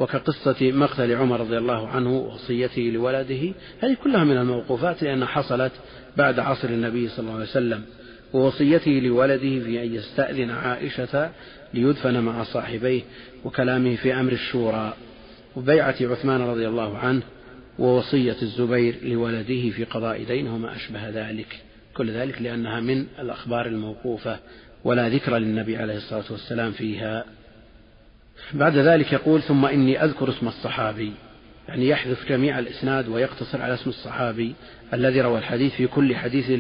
وكقصة مقتل عمر رضي الله عنه وصيته لولده، هذه كلها من الموقوفات لأنها حصلت بعد عصر النبي صلى الله عليه وسلم، ووصيته لولده في أن يستأذن عائشة ليدفن مع صاحبيه، وكلامه في أمر الشورى، وبيعة عثمان رضي الله عنه، ووصية الزبير لولده في قضاء دينه وما أشبه ذلك، كل ذلك لأنها من الأخبار الموقوفة ولا ذكر للنبي عليه الصلاة والسلام فيها. بعد ذلك يقول: ثم إني أذكر اسم الصحابي، يعني يحذف جميع الإسناد ويقتصر على اسم الصحابي الذي روى الحديث في كل حديث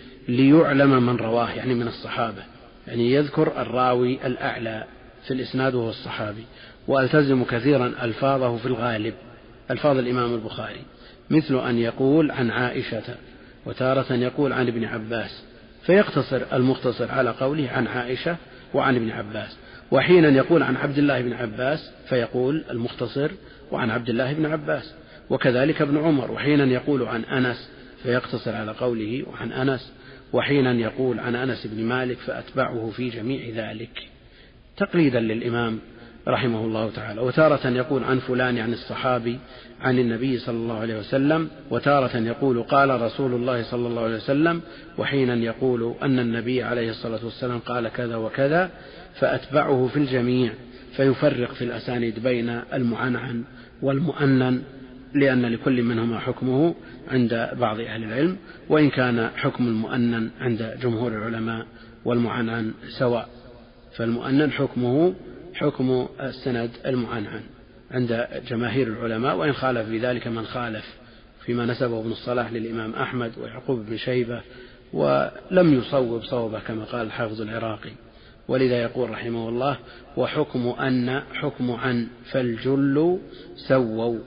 ليعلم من رواه، يعني من الصحابة، يعني يذكر الراوي الأعلى في الإسناد وهو الصحابي. وألتزم كثيرا ألفاظه في الغالب ألفاظ الإمام البخاري، مثل أن يقول عن عائشة، وتارة يقول عن ابن عباس، فيقتصر المختصر على قوله عن عائشة وعن ابن عباس. وحينا يقول عن عبد الله بن عباس فيقول المختصر وعن عبد الله بن عباس، وكذلك ابن عمر. وحينا يقول عن أنس فيقتصر على قوله وعن أنس، وحينا يقول عن أنس بن مالك فأتبعه في جميع ذلك، تقليدا للإمام رحمه الله تعالى. وتارة يقول عن فلان عن الصحابي عن النبي صلى الله عليه وسلم، وتارة يقول قال رسول الله صلى الله عليه وسلم، وحينا يقول أن النبي عليه الصلاة والسلام قال كذا وكذا، فأتبعه في الجميع فيفرق في الأسانيد بين المعنعن والمؤنن، لأن لكل منهما حكمه عند بعض أهل العلم، وإن كان حكم المؤنن عند جمهور العلماء والمعنعن سواء، فالمؤنن حكمه حكم السند المعنعن عند جماهير العلماء، وإن خالف في ذلك من خالف فيما نسبه ابن الصلاح للإمام أحمد ويعقوب بن شيبة، ولم يصوب صوبه كما قال الحافظ العراقي. ولذا يقول رحمه الله: وحكم أن حكم عن فالجل سووا،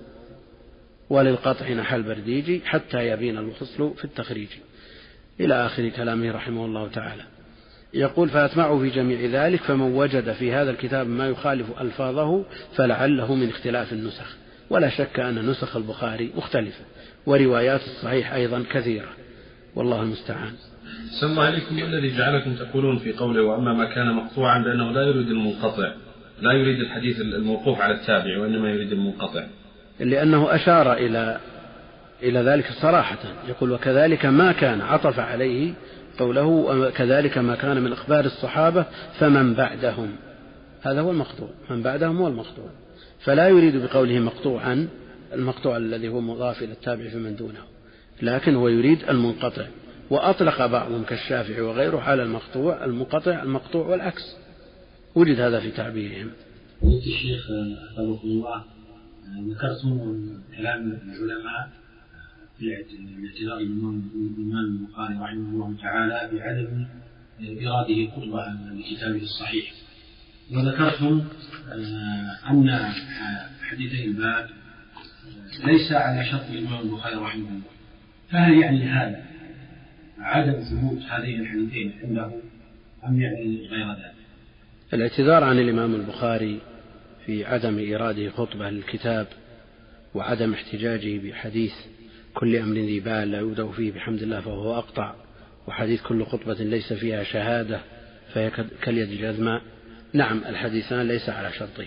وللقطع نحى البرديجي حتى يبين الفصل في التخريج، إلى آخر كلامه رحمه الله تعالى. يقول: فأتبعه في جميع ذلك، فمن وجد في هذا الكتاب ما يخالف ألفاظه فلعله من اختلاف النسخ، ولا شك أن نسخ البخاري مختلفة، وروايات الصحيح أيضا كثيرة، والله المستعان. سمى عليكم الذي جعلكم تقولون في قوله وأما ما كان مقطوعا بأنه لا يريد المنقطع، لا يريد الحديث الموقوف على التابع، وإنما يريد المنقطع، لأنه أشار إلى إلى ذلك صراحة. يقول: وكذلك ما كان، عطف عليه قوله وكذلك ما كان من أخبار الصحابة فمن بعدهم، هذا هو المقطوع، من بعدهم هو المقطوع، فلا يريد بقوله مقطوعا المقطوع الذي هو مضاف إلى التابع فمن دونه، لكن هو يريد المنقطع. وأطلق بعضهم كالشافعي وغيره على المقطوع المنقطع المقطوع والعكس، وجد هذا في تعبيرهم. قلت الشيخ حفظه الله، ذكرتم كلام العلماء في اعتذار الإمام البخاري رحمه الله تعالى بعدم إراده خطبة عن كتابه الصحيح، وذكرتم أن حديثي الباب ليس على شرط الإمام البخاري رحمه الله، فهل يعني هذا عدم ثبوت هذين الحديثين عنده أم يعني غير ذلك؟ الاعتذار عن الإمام البخاري في عدم إراده خطبة للكتاب وعدم احتجاجه بحديث كل أمر ذي بال لا يبدأ فيه بحمد الله فهو أقطع، وحديث كل خطبة ليس فيها شهادة فهي كاليد الجذماء، نعم الحديثان ليس على شرطه،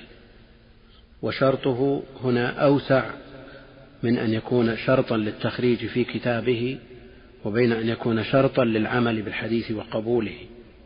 وشرطه هنا أوسع من أن يكون شرطا للتخريج في كتابه وبين أن يكون شرطا للعمل بالحديث وقبوله.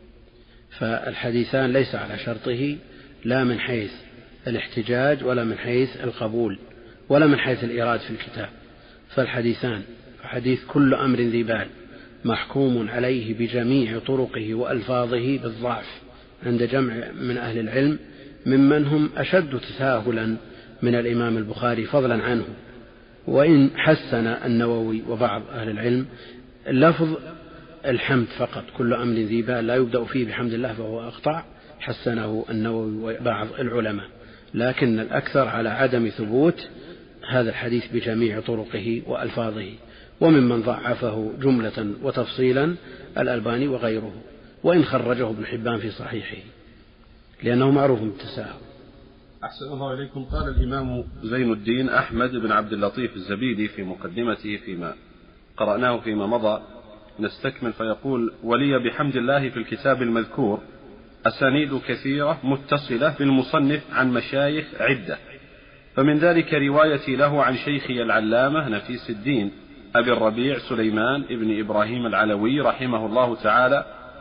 فالحديثان ليس على شرطه لا من حيث الاحتجاج ولا من حيث القبول ولا من حيث الإيراد في الكتاب، فالحديثان حديث كل أمر ذي بال محكوم عليه بجميع طرقه وألفاظه بالضعف عند جمع من أهل العلم ممن هم أشد تساهلا من الإمام البخاري فضلا عنه، وإن حسن النووي وبعض أهل العلم لفظ الحمد فقط، كل أمر ذي بال لا يبدأ فيه بحمد الله فهو أقطع، حسنه النووي وبعض العلماء، لكن الأكثر على عدم ثبوت هذا الحديث بجميع طرقه وألفاظه، وممن ضعفه جملة وتفصيلا الألباني وغيره، وإن خرجه ابن حبان في صحيحه لأنه معروف بالتساهل. أحسن الله إليكم. قال الإمام زين الدين أحمد بن عبد اللطيف الزبيدي في مقدمته فيما قرأناه فيما مضى، نستكمل فيقول: ولي بحمد الله في الكتاب المذكور أسانيد كثيرة متصلة بالمصنف عن مشايخ عدة، فمن ذلك روايتي له عن شيخي العلامة نفيس الدين أبي الربيع سليمان ابن إبراهيم العلوي رحمه الله تعالى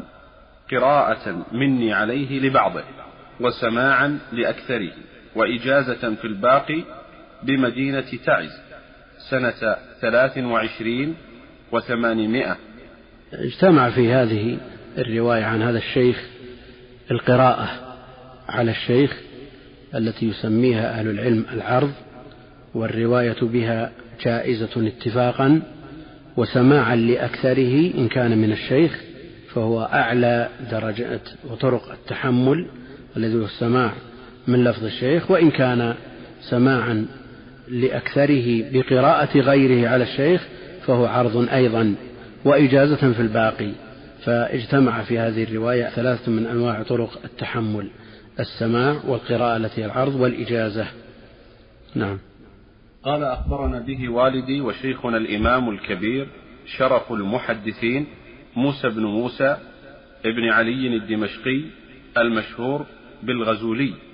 قراءة مني عليه لبعضه، وسماعا لأكثره، وإجازة في الباقي بمدينة تعز سنة ثلاث وعشرين وثمانمائة. اجتمع في هذه الرواية عن هذا الشيخ القراءة على الشيخ التي يسميها أهل العلم العرض، والرواية بها جائزة اتفاقا، وسماعا لأكثره إن كان من الشيخ فهو أعلى درجات وطرق التحمل الذي هو السماع من لفظ الشيخ، وإن كان سماعا لأكثره بقراءة غيره على الشيخ فهو عرض أيضا، وإجازة في الباقي. فاجتمع في هذه الرواية ثلاثة من أنواع طرق التحمل: السماع والقراءة التي العرض والإجازة. نعم. قال: أخبرنا به والدي وشيخنا الإمام الكبير شرف المحدثين موسى بن موسى ابن علي الدمشقي المشهور بالغزولي،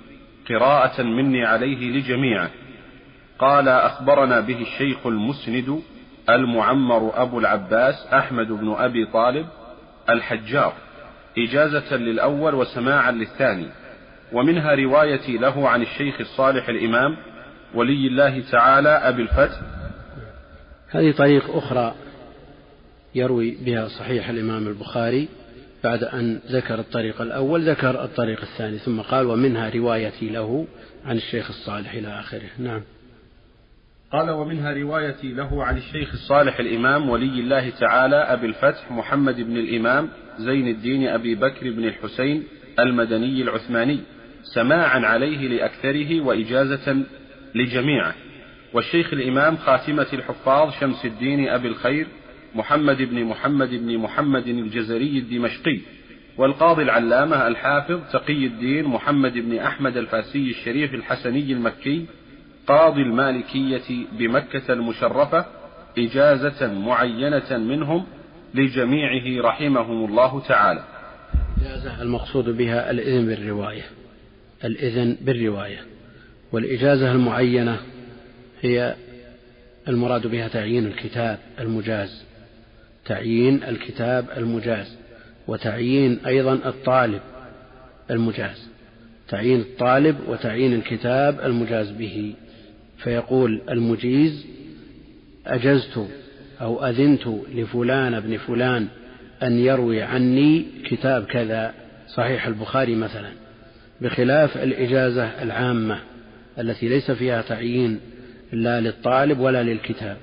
قراءة مني عليه لجميعه. قال أخبرنا به الشيخ المسند المعمر أبو العباس أحمد بن أبي طالب الحجار إجازة للأول وسماعا للثاني، ومنها روايتي له عن الشيخ الصالح الإمام ولي الله تعالى أبي الفتح. هذه طريق أخرى يروي بها صحيح الإمام البخاري بعد أن ذكر الطريق الأول ذكر الطريق الثاني ثم قال ومنها روايتي له عن الشيخ الصالح إلى آخره. نعم. قال ومنها روايتي له عن الشيخ الصالح الإمام ولي الله تعالى أبي الفتح محمد بن الإمام زين الدين أبي بكر بن الحسين المدني العثماني سماعا عليه لأكثره وإجازة لجميعه. والشيخ الإمام خاتمة الحفاظ شمس الدين أبي الخير محمد بن محمد بن محمد الجزري الدمشقي، والقاضي العلامة الحافظ تقي الدين محمد بن أحمد الفاسي الشريف الحسني المكي قاضي المالكية بمكة المشرفة إجازة معينة منهم لجميعه رحمهم الله تعالى. الإجازة المقصود بها الإذن بالرواية، الإذن بالرواية، والإجازة المعينة هي المراد بها تعيين الكتاب المجاز، تعيين الكتاب المجاز، وتعيين أيضا الطالب المجاز، تعيين الطالب وتعيين الكتاب المجاز به. فيقول المجيز أجزت أو أذنت لفلان ابن فلان أن يروي عني كتاب كذا صحيح البخاري مثلا، بخلاف الإجازة العامة التي ليس فيها تعيين لا للطالب ولا للكتاب.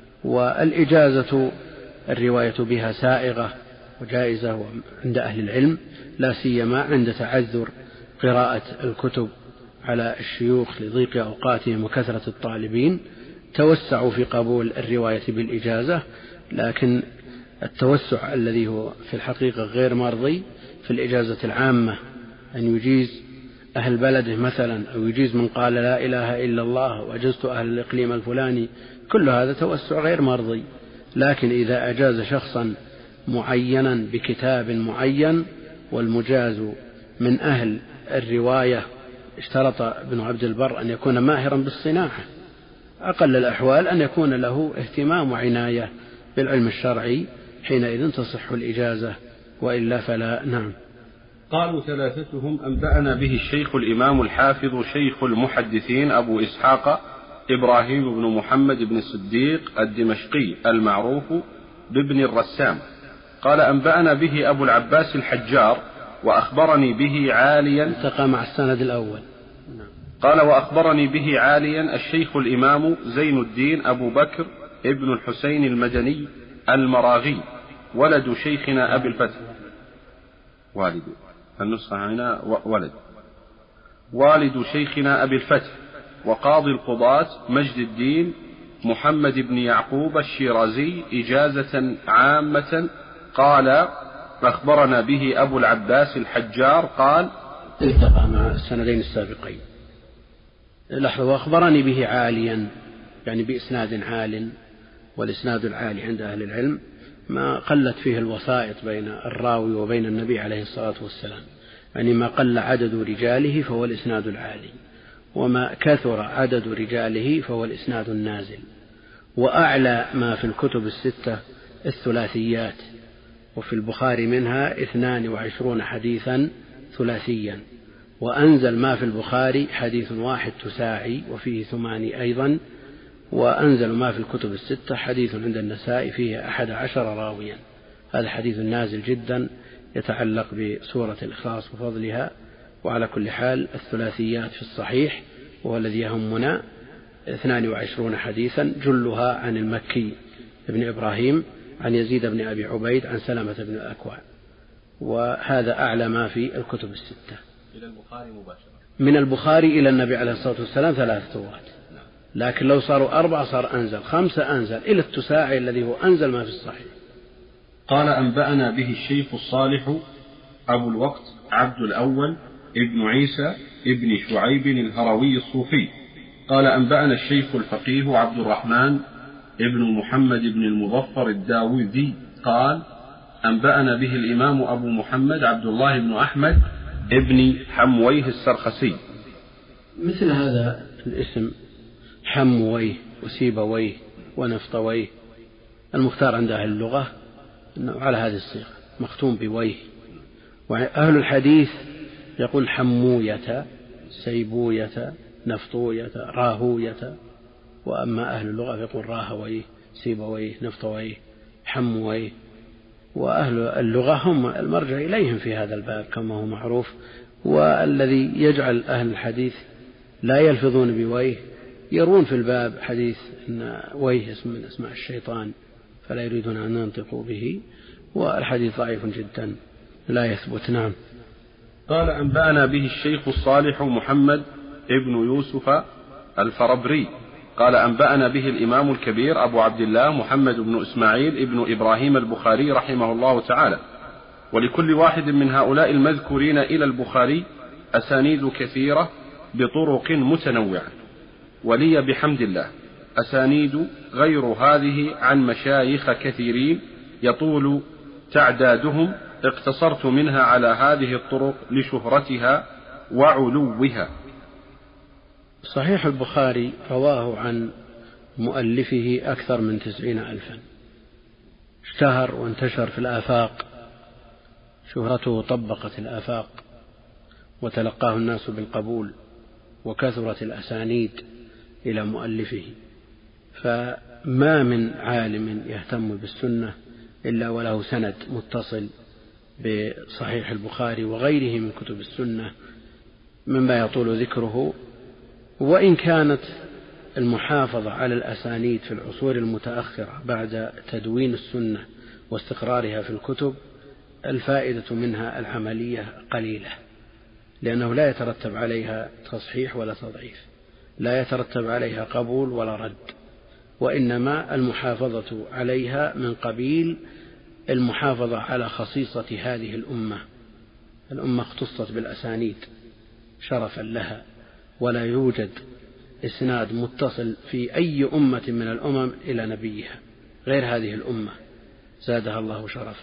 والإجازة الرواية بها سائغة وجائزة عند أهل العلم، لا سيما عند تعذر قراءة الكتب على الشيوخ لضيق أوقاتهم وكثرة الطالبين، توسعوا في قبول الرواية بالإجازة، لكن التوسع الذي هو في الحقيقة غير مرضي في الإجازة العامة أن يجيز أهل بلده مثلا أو يجيز من قال لا إله إلا الله وأجزت أهل الإقليم الفلاني، كل هذا توسع غير مرضي. لكن إذا أجاز شخصا معينا بكتاب معين والمجاز من أهل الرواية، اشترط ابن عبد البر أن يكون ماهرا بالصناعة، أقل الأحوال أن يكون له اهتمام وعناية بالعلم الشرعي، حينئذ تصح الإجازة، وإلا فلا. نعم. قالوا ثلاثتهم أنبأنا به الشيخ الإمام الحافظ شيخ المحدثين أبو إسحاق إبراهيم بن محمد بن الصديق الدمشقي المعروف بابن الرسام. قال أنبأنا به أبو العباس الحجار وأخبرني به عاليا، التقى مع السند الأول. قال وأخبرني به عاليا الشيخ الإمام زين الدين أبو بكر ابن الحسين المدني المراغي ولد شيخنا أبي الفتح، والد النسخة هنا ولد، والد شيخنا أبي الفتح وقاضي القضاة مجد الدين محمد بن يعقوب الشيرازي إجازة عامة. قال أخبرنا به أبو العباس الحجار قال التقى مع السندين السابقين. لحظة. وأخبرني به عاليا يعني بإسناد عال، والإسناد العالي عند أهل العلم ما قلت فيه الوسائط بين الراوي وبين النبي عليه الصلاة والسلام، يعني ما قل عدد رجاله فهو الإسناد العالي، وما كثر عدد رجاله فهو الإسناد النازل. وأعلى ما في الكتب الستة الثلاثيات، وفي البخاري منها اثنان وعشرون حديثا ثلاثيا، وأنزل ما في البخاري حديث واحد تساعي وفيه ثماني أيضا، وأنزل ما في الكتب الستة حديث عند النساء فيه أحد عشر راويا. هذا حديث نازل جدا يتعلق بسورة الإخلاص وفضلها. وعلى كل حال الثلاثيات في الصحيح وهو الذي يهمنا اثنان وعشرون حديثا، جلها عن المكي ابن إبراهيم عن يزيد بن أبي عبيد عن سلمة بن الأكوع، وهذا أعلى ما في الكتب الستة. إلى البخاري مباشرة، من البخاري إلى النبي عليه الصلاة والسلام ثلاثة روات، لكن لو صاروا أربعة صار أنزل، خمسة أنزل، إلى التساعي الذي هو أنزل ما في الصحيح. قال أنبأنا به الشيخ الصالح أبو الوقت عبد الأول ابن عيسى ابن شعيب الهروي الصوفي. قال أنبأنا الشيخ الفقيه عبد الرحمن ابن محمد بن المظفر الداوودي قال أنبأنا به الإمام أبو محمد عبد الله بن أحمد ابن حمويه السرخسي. مثل هذا الاسم حمويه وسيبويه ونفطويه، المختار عند أهل اللغة أنه على هذه الصيغة مختوم بويه. وأهل الحديث يقول حموية سيبوية نفطوية راهوية، وأما أهل اللغة يقول راهويه سيبويه نفطويه حمويه. وأهل اللغة هم المرجع إليهم في هذا الباب كما هو معروف. والذي يجعل أهل الحديث لا يلفظون بويه يرون في الباب حديث أن ويه اسم من أسماء الشيطان فلا يريدون أن ينطقوا به، والحديث ضعيف جدا لا يثبت. نعم. قال أنبأنا به الشيخ الصالح محمد ابن يوسف الفربري قال أنبأنا به الإمام الكبير أبو عبد الله محمد بن إسماعيل ابن إبراهيم البخاري رحمه الله تعالى. ولكل واحد من هؤلاء المذكورين إلى البخاري أسانيد كثيرة بطرق متنوعة، ولي بحمد الله أسانيد غير هذه عن مشايخ كثيرين يطول تعدادهم، اقتصرت منها على هذه الطرق لشهرتها وعلوها. صحيح البخاري رواه عن مؤلفه أكثر من تسعين ألفا، اشتهر وانتشر في الآفاق، شهرته طبقت الآفاق وتلقاه الناس بالقبول، وكثرت الأسانيد إلى مؤلفه. فما من عالم يهتم بالسنة إلا وله سند متصل بصحيح البخاري وغيره من كتب السنة مما يطول ذكره. وإن كانت المحافظة على الأسانيد في العصور المتأخرة بعد تدوين السنة واستقرارها في الكتب الفائدة منها العملية قليلة، لأنه لا يترتب عليها تصحيح ولا تضعيف، لا يترتب عليها قبول ولا رد، وإنما المحافظة عليها من قبيل المحافظة على خصيصة هذه الأمة. الأمة اختصت بالأسانيد شرفا لها، ولا يوجد إسناد متصل في أي أمة من الأمم إلى نبيها غير هذه الأمة زادها الله شرفا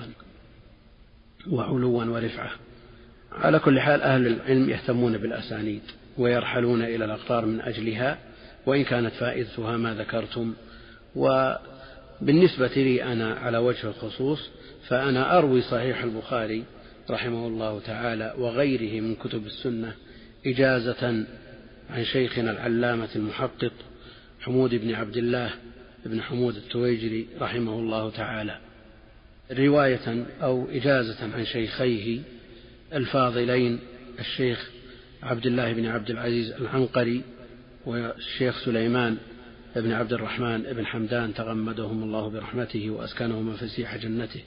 وعلوا ورفعة. على كل حال أهل العلم يهتمون بالأسانيد ويرحلون إلى الأقطار من أجلها، وإن كانت فائدتها ما ذكرتم. وبالنسبة لي أنا على وجه الخصوص فأنا أروي صحيح البخاري رحمه الله تعالى وغيره من كتب السنة إجازة عن شيخنا العلامة المحقق حمود بن عبد الله بن حمود التويجري رحمه الله تعالى، رواية أو إجازة عن شيخيه الفاضلين الشيخ عبد الله بن عبد العزيز العنقري والشيخ سليمان بن عبد الرحمن بن حمدان تغمدهم الله برحمته وأسكنهم فسيح جنته.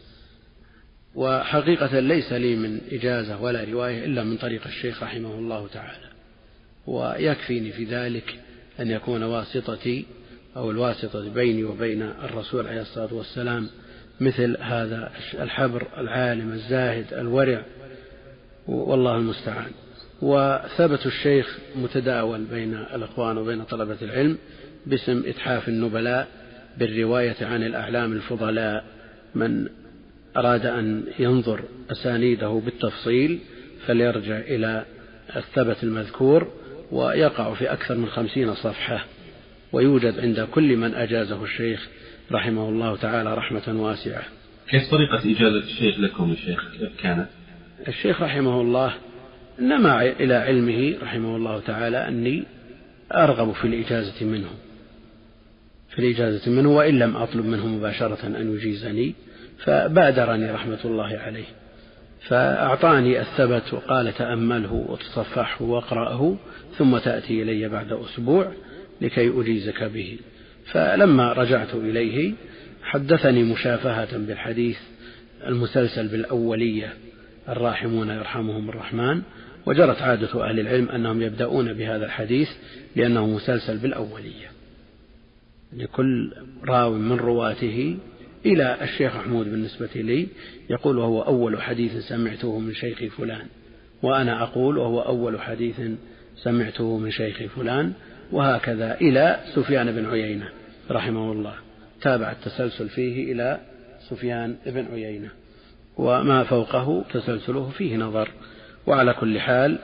وحقيقة ليس لي من إجازة ولا رواية إلا من طريق الشيخ رحمه الله تعالى، ويكفيني في ذلك أن يكون واسطتي أو الواسطة بيني وبين الرسول عليه الصلاة والسلام مثل هذا الحبر العالم الزاهد الورع، والله المستعان. وثبت الشيخ متداول بين الأخوان وبين طلبة العلم باسم إتحاف النبلاء بالرواية عن الأعلام الفضلاء. من أراد أن ينظر أسانيده بالتفصيل فليرجع إلى الثبت المذكور، ويقع في أكثر من خمسين صفحة، ويوجد عند كل من أجازه الشيخ رحمه الله تعالى رحمة واسعة. كيف طريقة إجازة الشيخ لكم الشيخ كانت؟ الشيخ رحمه الله نما إلى علمه رحمه الله تعالى أني أرغب في الإجازة منه في الإجازة منه وإن لم أطلب منه مباشرة أن يجيزني، فبادرني رحمة الله عليه فأعطاني الثبت وقال تأمله وتصفحه واقرأه ثم تأتي إلي بعد أسبوع لكي أجيزك به. فلما رجعت إليه حدثني مشافهة بالحديث المسلسل بالأولية الراحمون يرحمهم الرحمن، وجرت عادة أهل العلم أنهم يبدأون بهذا الحديث لأنه مسلسل بالأولية لكل راو من رواته إلى الشيخ محمود بالنسبة لي يقول وهو أول حديث سمعته من شيخ فلان، وأنا أقول وهو أول حديث سمعته من شيخ فلان، وهكذا إلى سفيان بن عيينة رحمه الله، تابع التسلسل فيه إلى سفيان بن عيينة، وما فوقه تسلسله فيه نظر. وعلى كل حال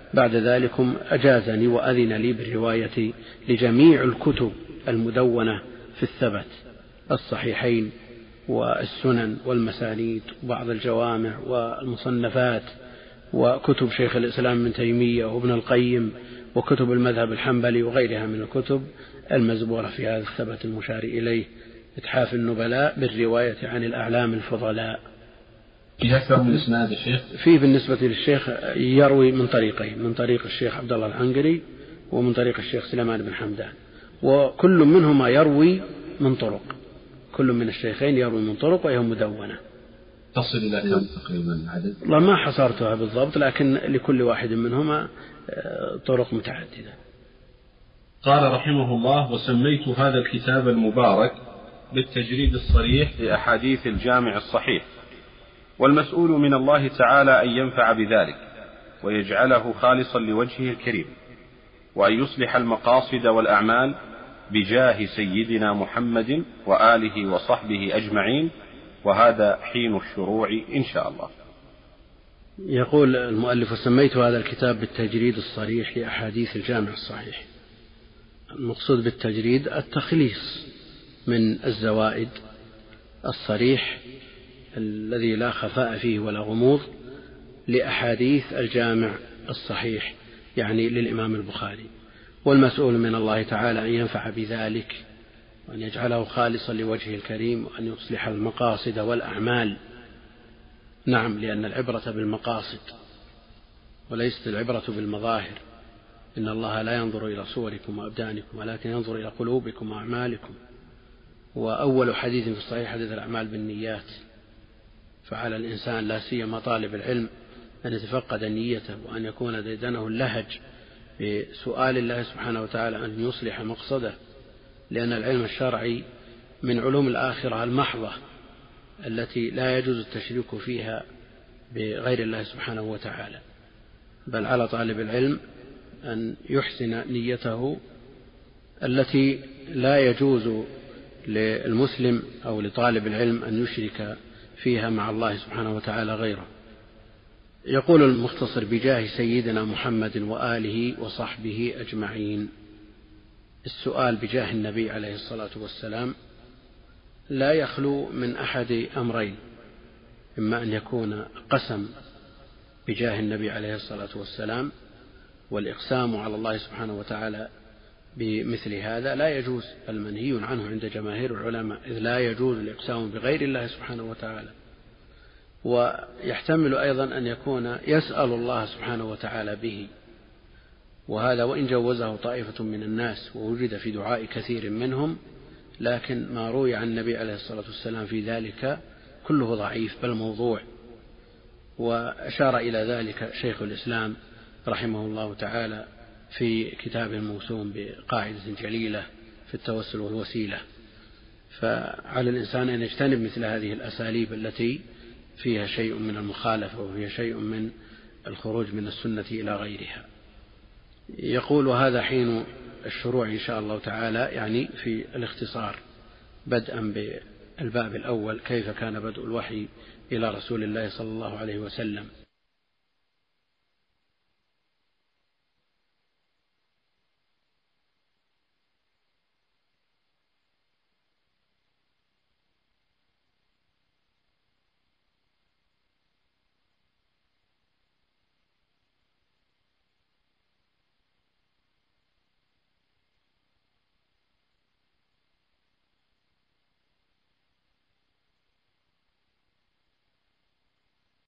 بعد ذلك أجازني وأذن لي بالرواية لجميع الكتب المدونة في الثبت، الصحيحين والسنن والمسانيد وبعض الجوامع والمصنفات وكتب شيخ الإسلام ابن تيمية وابن القيم وكتب المذهب الحنبلي وغيرها من الكتب المزبورة في هذا الثبت المشار إليه، إتحاف النبلاء بالرواية عن الأعلام الفضلاء. في أكثر من إسناد الشيخ؟ في بالنسبة للشيخ يروي من طريقين، من طريق الشيخ عبد الله العنقري ومن طريق الشيخ سليمان بن حمدان، وكل منهما يروي من طرق، كل من الشيخين يروي من طرق وهي مدونة. تصل إلى كم تقريبا عدد؟ والله ما حصرتها بالضبط، لكن لكل واحد منهما طرق متعددة. قال رحمه الله: وسميت هذا الكتاب المبارك بالتجريد الصريح لأحاديث الجامع الصحيح، والمسؤول من الله تعالى أن ينفع بذلك ويجعله خالصا لوجهه الكريم، وأن يصلح المقاصد والأعمال بجاه سيدنا محمد وآله وصحبه أجمعين، وهذا حين الشروع إن شاء الله. يقول المؤلف: وسميت هذا الكتاب بالتجريد الصريح لأحاديث الجامع الصحيح. المقصود بالتجريد التخليص من الزوائد، الصريح الذي لا خفاء فيه ولا غموض، لأحاديث الجامع الصحيح، يعني للإمام البخاري، والمسؤول من الله تعالى أن ينفع بذلك وأن يجعله خالصا لوجهه الكريم وأن يصلح المقاصد والأعمال. نعم، لأن العبرة بالمقاصد وليست العبرة بالمظاهر. إن الله لا ينظر إلى صوركم وأبدانكم ولكن ينظر إلى قلوبكم وأعمالكم. وأول حديث في الصحيح حديث الأعمال بالنيات، فعلى الإنسان لا سيما طالب العلم أن يتفقد نيته وأن يكون ديدنه اللهج بسؤال الله سبحانه وتعالى أن يصلح مقصده، لأن العلم الشرعي من علوم الآخرة المحضة التي لا يجوز التشريك فيها بغير الله سبحانه وتعالى، بل على طالب العلم أن يحسن نيته التي لا يجوز للمسلم أو لطالب العلم أن يشرك فيها مع الله سبحانه وتعالى غيره. يقول المختصر: بجاه سيدنا محمد وآله وصحبه أجمعين. السؤال بجاه النبي عليه الصلاة والسلام لا يخلو من أحد أمرين: إما أن يكون قسم بجاه النبي عليه الصلاة والسلام، والإقسام على الله سبحانه وتعالى بمثل هذا لا يجوز، المنهي عنه عند جماهير العلماء، إذ لا يجوز الإقسام بغير الله سبحانه وتعالى. ويحتمل أيضا أن يكون يسأل الله سبحانه وتعالى به، وهذا وإن جوزه طائفة من الناس ووجد في دعاء كثير منهم، لكن ما روي عن النبي عليه الصلاة والسلام في ذلك كله ضعيف بل موضوع. وأشار إلى ذلك شيخ الإسلام رحمه الله تعالى في كتاب الموسوم بقاعدة جليلة في التوسل والوسيلة. فعلى الإنسان أن يجتنب مثل هذه الأساليب التي فيها شيء من المخالفة وفيها شيء من الخروج من السنة إلى غيرها. يقول: وهذا حين الشروع إن شاء الله تعالى، يعني في الاختصار، بدءا بالباب الأول: كيف كان بدء الوحي إلى رسول الله صلى الله عليه وسلم.